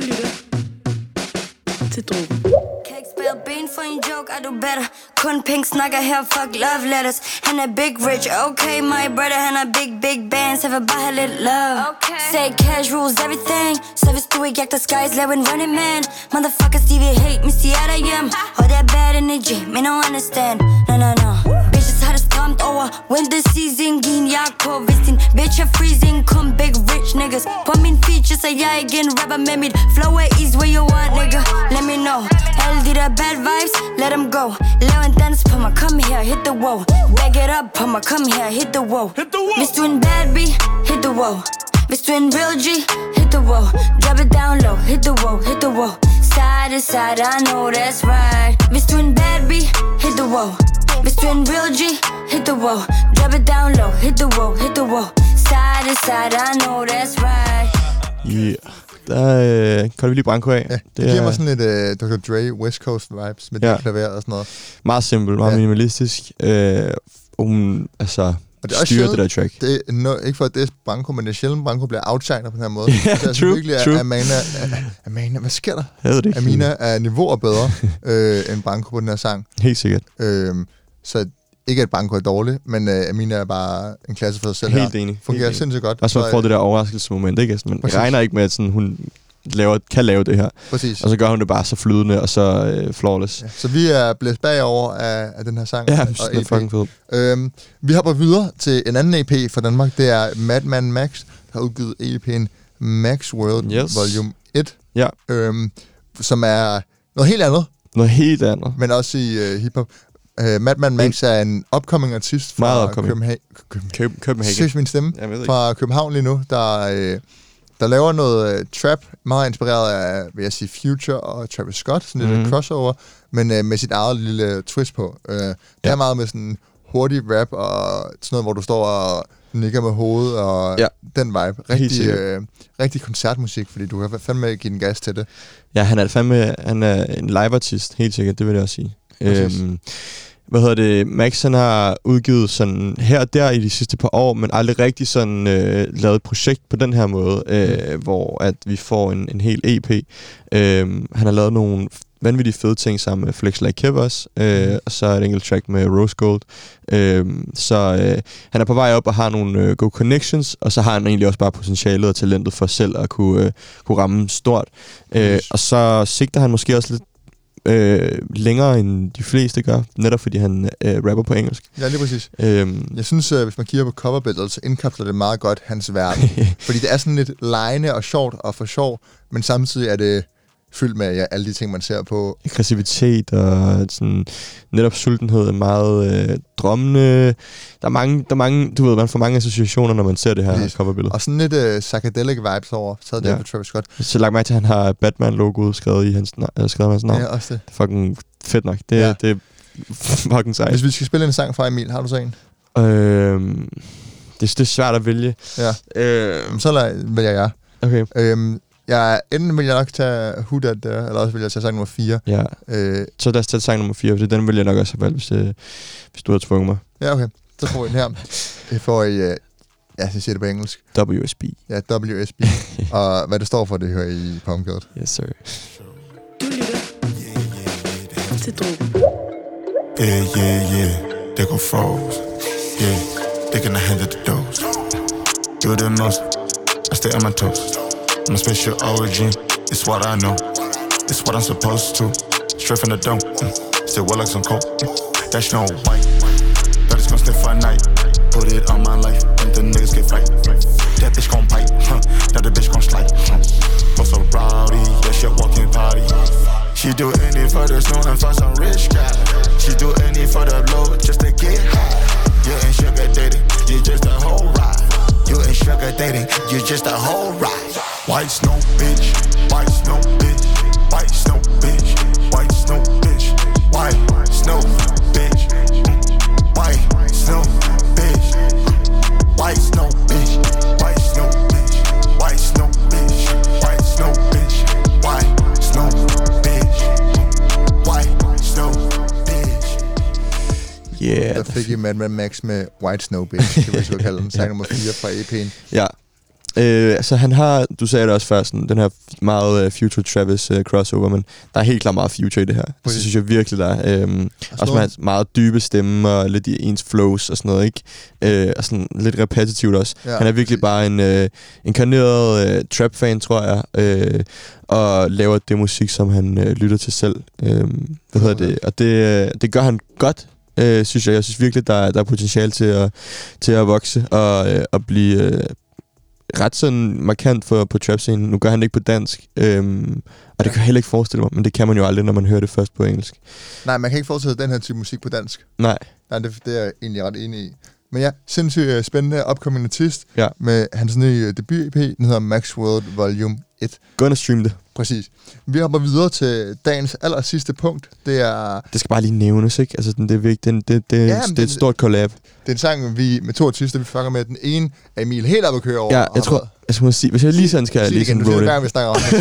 lytter til Drogen. Spell bean for en joke, I do better. Kun pink snakker her, fuck love letters. Han er big rich, okay, my brother. Han er big, big bands, jeg vil bare have lidt love. Okay. Say cash rules everything. Så hvis du ikke jagter skies, lav en running man. Motherfuckers, de vil hate, hvis de er derhjemme. Og det er bad energy, men no understand. No, no, no. Bitches har det stramt over winter season. Giv en jagt på, hvis din bitch er freezing. Kom big rich niggas. På min features er jeg ikke en rapper med mit flow er ease where you want, nigga. Let me know. Alle de der bad vibes, let them go. Lav en dans på mig, come here, hit the wall. Back it up på mig, come here, hit the wall. Hvis du en bad B, hit the wall. Hvis du en real G, hit the wall. Drop it down low, hit the wall, hit the wall. Side to side, I know that's right. Hvis du en bad B, hit the wall. Hvis du en real G, hit the wall. Drop it down low, hit the wall, hit the wall. Side to side, I know that's right. Yeah. Der øh, kan vi lige Branko af. Ja, det, det giver er, mig sådan lidt uh, doktor Dre West Coast vibes med ja. det klaver og sådan noget. Meget simpelt, meget ja. minimalistisk. Øh, hun altså og det styrer det der track. Det er no, ikke for at det er Branko, men det er sjældent, Branko bliver outshined på den her måde. Ja, det er true, virkelig, true. Amina, Amina, hvad sker der? Jeg ved det ikke. Amina er niveauer bedre øh, end Branko på den her sang. Helt sikkert. Øh, så ikke at Branko er dårlig, men uh, Amina er bare en klasse for sig selv. Helt her. enig. Fungerer helt sindssygt godt. Og så får det der overraskelsesmoment, ikke? Man præcis. regner ikke med, at sådan, hun laver, kan lave det her. Præcis. Og så gør hun det bare så flydende og så øh, flawless. Ja, så vi er blæst bagover af, af den her sang. Ja, og det er fucking fedt. Øhm, vi hopper videre til en anden E P fra Danmark. Det er Madman Max, der har udgivet E P'en Max World yes. Volume et. Ja. Øhm, som er noget helt andet. Noget helt andet. Men også i uh, hiphop. Uh, Madman Max er en upcoming artist fra København. København. Søs min stemme. Fra København lige nu, der... Uh, der laver noget uh, trap, meget inspireret af, vil jeg sige, Future og Travis Scott, sådan lidt mm-hmm. crossover, men uh, med sit eget lille twist på. Uh, det ja. er meget med sådan hurtig rap og sådan noget, hvor du står og nikker med hovedet og ja. den vibe. Rigtig, uh, rigtig koncertmusik, fordi du kan fandme give den gas til det. Ja, han er fandme han er en live-artist, helt sikkert, det vil jeg også sige. Øhm, hvad hedder det? Max han har udgivet sådan her og der i de sidste par år, men aldrig rigtig sådan øh, lavet et projekt på den her måde, øh, mm. hvor at vi får en, en hel E P. Øh, han har lavet nogle vanvittige fede ting sammen med Flex Like Kev også, øh, mm. og så et enkelt track med Rose Gold. Øh, så øh, han er på vej op og har nogle øh, gode connections, og så har han egentlig også bare potentialet og talentet for selv at kunne, øh, kunne ramme stort. Øh, og så sigter han måske også lidt øh, længere end de fleste gør, netop fordi han øh, rapper på engelsk. Ja, lige præcis. Øhm. Jeg synes, øh, hvis man kigger på coverbilledet, så indkapsler det meget godt hans verden. Fordi det er sådan lidt legende og sjovt og for sjov, men samtidig er det fyldt med ja, alle de ting, man ser på. Aggressivitet og sådan, netop sultenhed er meget øh, drømmende. Der er mange, der er mange, du ved, man får mange associationer, når man ser det her yes. coverbillede. Og sådan lidt øh, psychedelic vibes over, taget ja. det for Travis Scott. Så lagt mig til, at han har Batman-logoet skrevet i hans, øh, skrevet hans navn. Ja, også det. Det er fucking fedt nok. Det, ja. det er fucking sejt. Hvis vi skal spille en sang fra Emil, har du så en? Øhm, det, det er svært at vælge. Ja. Øhm. Så lad, vælger jeg. Okay. Øhm, Jeg, enten vil jeg nok tage Who That der, eller også vil jeg tage sang nummer fire. Ja, øh, så lad os tage sang nummer fire, for den vil jeg nok også have valgt, hvis, øh, hvis du havde tvunget mig. Ja, okay. Så får I den her. Det får I, øh, ja, så siger det på engelsk. W S B. Ja, W S B. Og hvad det står for, det hører I i Pumpkins. Yes, sir. Du lytter til Drogen. Yeah, yeah, yeah. Det går froze. Yeah, det kan have hentet the dose. Do the most. I stay on my toes. I'm a special origin, it's what I know. It's what I'm supposed to. Straight from the dome, mm. Still well like some coke. Mm. That's no white. But it's gonna stay for a night. Put it on my life, and the niggas get fight. That bitch gon' bite, huh? Now the bitch gon' slide, huh? What's so rowdy? Yeah, she a walking party. She do any for the snow and for some rich guy. She do any for the blow just to get high. You ain't sugar dating, you just a whole ride. You ain't sugar dating, you just a whole ride. White snow bitch, white snow bitch, white snow bitch, white snow bitch, white snow bitch, white snow bitch, white snow bitch, white snow bitch, white snow bitch, white snow bitch, white snow bitch, white snow bitch. Yeah. Der fik I Mad Max med White Snow Bitch, kan vi så kalde den. Sang nummer fire fra E P'en. Ja. Øh, altså han har, du sagde det også før, sådan, den her meget uh, Future Travis uh, crossover, men der er helt klart meget Future i det her. Det synes jeg virkelig, der er. Øhm, også med hans meget dybe stemme og lidt i ens flows og sådan noget, ikke? Øh, og sådan lidt repetitivt også. Ja, han er virkelig præcis. bare en øh, inkarneret øh, trap-fan, tror jeg, øh, og laver det musik, som han øh, lytter til selv. Øh, hvad hedder det? Og det, øh, det gør han godt. Øh, synes jeg. Jeg synes virkelig, der, der er potentiale til at, til at vokse og, øh, og blive øh, ret sådan markant for, på trap-scenen. Nu gør han det ikke på dansk, øhm, og det kan jeg heller ikke forestille mig, men det kan man jo aldrig, når man hører det først på engelsk. Nej, man kan ikke forestille den her type musik på dansk. Nej. Nej, det, det er jeg egentlig ret enig i. Men ja, sindssygt spændende upcoming artist ja. med hans nye debut-E P, den hedder Max World Volume et. Gå ind og stream det. Præcis. Vi hopper videre til dagens aller sidste punkt. Det er... Det skal bare lige nævnes, ikke? Altså, det er vigtigt. Det, det, det, ja, det er et stort collab. Det er en sang, vi med to artister, vi fanger med. Den ene er Emil helt op at køre over. Ja, jeg tror... Jeg skal sige, hvis jeg lige sådan skal... Lige sådan roll det. Vi snakker om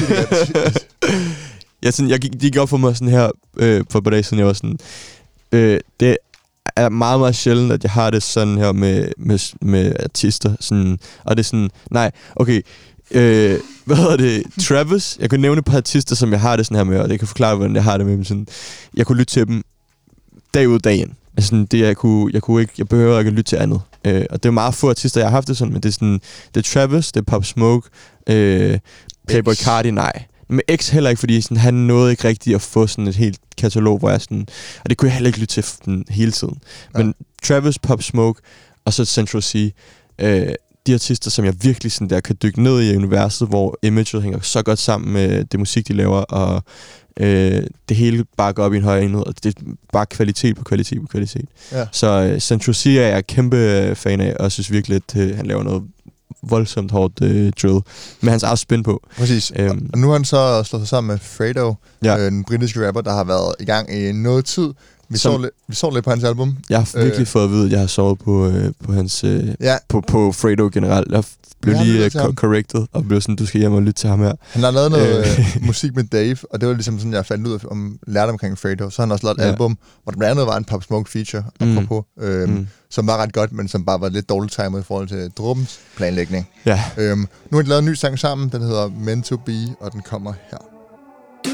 jeg, sådan, jeg gik, det gik op for mig sådan her øh, for et par dage siden, jeg var sådan... Øh, det er meget, meget sjældent, at jeg har det sådan her med, med, med artister. Sådan, og det er sådan... Nej, okay... Øh, hvad hedder det? Travis. Jeg kan nævne et par artister, som jeg har det sådan her med, og det kan forklare, hvordan jeg har det med dem. Sådan, jeg kunne lytte til dem dag ud og dag ind. Altså, det, jeg, kunne, jeg, kunne ikke, jeg behøver ikke at lytte til andet. Øh, og det er meget få artister, jeg har haft det sådan, men det er sådan, det er Travis, det er Pop Smoke, øh, Playboi Carti, nej. Men X heller ikke, fordi sådan, han nåede ikke rigtigt at få sådan et helt katalog, hvor jeg sådan, og det kunne jeg heller ikke lytte til sådan, hele tiden. Men ja. Travis, Pop Smoke, og så Central C, øh, de artister, som jeg virkelig sådan der kan dykke ned i universet, hvor imaget hænger så godt sammen med det musik, de laver, og øh, det hele bare går op i en højere enhed, og det er bare kvalitet på kvalitet på kvalitet. Ja. Så uh, Central C er jeg kæmpe fan af, og synes virkelig, at uh, han laver noget voldsomt hårdt uh, drill med hans eget spin på. Præcis. Um, og nu har han så slået sig sammen med Fredo, ja. øh, den britiske rapper, der har været i gang i noget tid. Vi, Som, så lidt, vi så lidt på hans album. Jeg har virkelig øh, fået at vide, at jeg har sovet på, øh, på hans øh, ja. på, på Fredo generelt. Jeg blev ja, lige uh, corrected og blev sådan, du skal hjem og lytte til ham her. Han har lavet noget øh, musik med Dave, og det var ligesom sådan, jeg fandt ud af, om lærte omkring Fredo. Så har han også lavet et ja. album, hvor der blandt andet var en Pop Smoke feature, mm. apropos, øh, mm. som var ret godt, men som bare var lidt dårligt timet i forhold til Druppens planlægning. Ja. Øhm, nu har de lavet en ny sang sammen, den hedder Meant to Be, og den kommer her. Du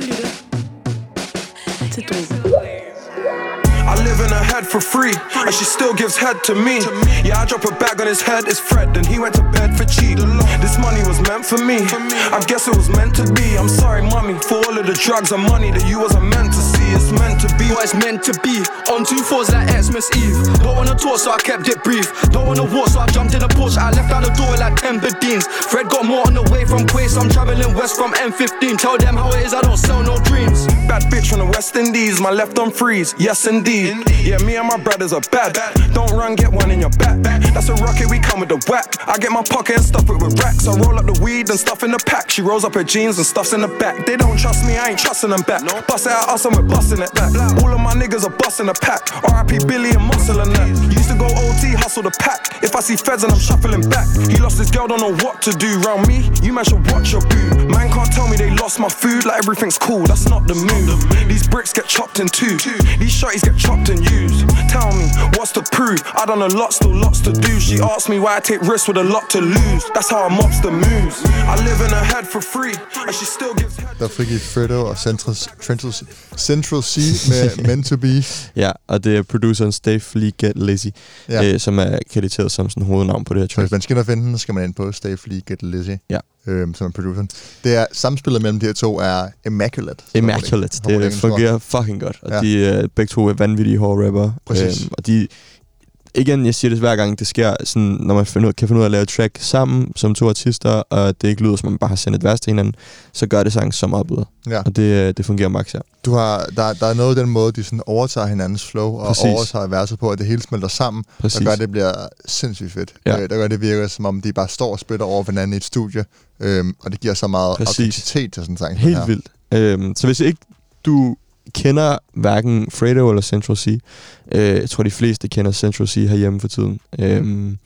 lytter til Drogen. I live in her head for free, and she still gives head to me. Yeah, I drop a bag on his head, it's Fred, and he went to bed for cheap. This money was meant for me, I guess it was meant to be. I'm sorry, mommy, for all of the drugs and money that you wasn't meant to see. it's meant to be. What it's meant to be. On two fours like Xmas Eve. Don't wanna talk, so I kept it brief. Don't wanna walk, so I jumped in a Porsche. I left out the door like ten Bedines. Fred got more on the way from Quay, so I'm traveling west from M fifteen. Tell them how it is, I don't sell no dreams. Bad bitch from the West Indies, my left on freeze, yes indeed. Yeah, me and my brothers are bad. Don't run, get one in your back. That's a rocket, we come with the whack. I get my pocket and stuff it with racks. I roll up the weed and stuff in the pack. She rolls up her jeans and stuffs in the back. They don't trust me, I ain't trusting them back. Bust it at us and we're busting it back. All of my niggas are busting a pack. R I P Billy and Muscle and that. Used to go O T, hustle the pack. If I see feds and I'm shuffling back. He lost his girl, don't know what to do. Round me, you man should watch your boo. Man can't tell me they lost my food like everything's cool. That's not the move. These bricks get chopped in two. These shotties get chopped and used. Tell me, what's to prove? I done a lot, still lots to do. She asked me why I take risks with a lot to lose. That's how a mobster moves. I live in her head for free, and she still gives head. Der frigivet Fredo og Central, Central, Central C med Meant to Be. Ja, og det er produceren Stay Flee Get Lazy, ja. øh, som er krediteret som sådan hovednavn på det her track. Hvis man skal ind og finde den, så skal man ind på Stay Flee Get Lazy, ja. øhm, som er produceren. Det er samspillet mellem de her to er immaculate. Immaculate. Det, det fungerer fucking godt, og ja. de øh, begge to er vanvittige hårde rapper. Præcis. Øhm, og de igen, jeg siger det hver gang, det sker, sådan, når man finder ud, kan finde ud af at lave et track sammen som to artister, og det ikke lyder, som man bare har sendt et vers til hinanden, så gør det sang så meget bedre. Ja. Og det, det fungerer max her. Du har, der, der er noget af den måde, de sådan overtager hinandens flow, og Præcis. overtager verset på, at det hele smelter sammen, Præcis. der gør, at det bliver sindssygt fedt. Ja. Øh, der gør, det virker, som om de bare står og spiller over hinanden i et studie, øhm, og det giver så meget Præcis. autenticitet til sådan en sang. Helt her. vildt. Øhm, så hvis ikke du kender hverken Fredo eller Central C. Øh, jeg tror, de fleste kender Central C herhjemme for tiden. Øhm,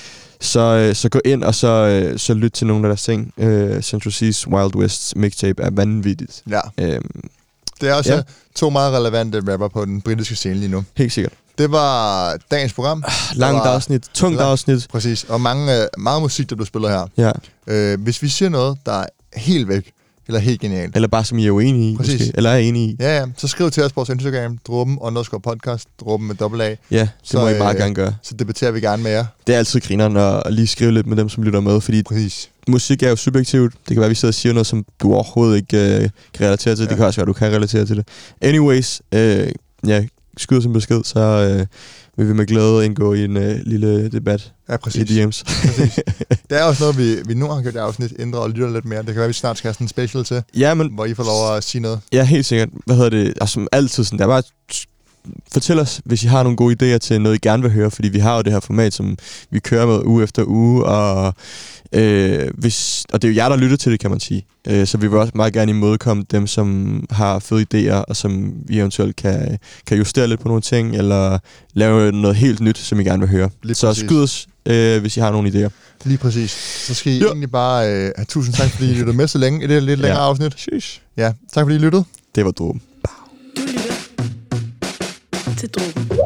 så, så gå ind og så, så lyt til nogle af deres ting. Øh, Central C's Wild West mixtape er vanvittigt. Ja. Øhm, det er også ja. to meget relevante rapper på den britiske scene lige nu. Helt sikkert. Det var dagens program. Langt var, afsnit, tungt lang, afsnit. Præcis, og mange, meget musik, der blev spillet her. Ja. Øh, hvis vi siger noget, der er helt væk, eller helt genialt. Eller bare som I er uenige i, måske. Eller er enige i. Ja, ja. Så skriv til os på vores Instagram, dråben underscore podcast, dråben med dobbelt A. Ja, det så, må I meget øh, gerne gøre. Så debatterer vi gerne med jer. Det er altid grineren at lige skrive lidt med dem, som lytter med, fordi Præcis. musik er jo subjektivt. Det kan være, at vi sidder og siger noget, som du overhovedet ikke øh, kan relatere til. Ja. Det kan også være, at du kan relatere til det. Anyways, øh, ja, skyd os en besked, så øh, vil vi med glæde indgå i en øh, lille debat. Ja, præcis. I D M's. Præcis. Det er også noget, vi, vi nu har gjort i afsnit, ændret og lytter lidt mere. Det kan være, at vi snart skal have sådan en special til, ja, men, hvor I får lov at sige noget. Ja, helt sikkert. Hvad hedder det? Altså, som altid sådan, der er bare fortæl os, hvis I har nogle gode idéer til noget, I gerne vil høre, fordi vi har jo det her format, som vi kører med uge efter uge, og, øh, hvis, og det er jo jer, der lytter til det, kan man sige. Øh, så vi vil også meget gerne imødekomme dem, som har fede idéer, og som vi eventuelt kan, kan justere lidt på nogle ting, eller lave noget helt nyt, som I gerne vil høre. Lige så skyd os, øh, hvis I har nogle idéer. Lige præcis. Så skal I ja. egentlig bare øh, have tusind tak, fordi I lyttede med så længe i det lidt længere ja. afsnit. Sheesh. Ja, tak fordi I lyttede. Det var dråben. Du lytter til Dråben.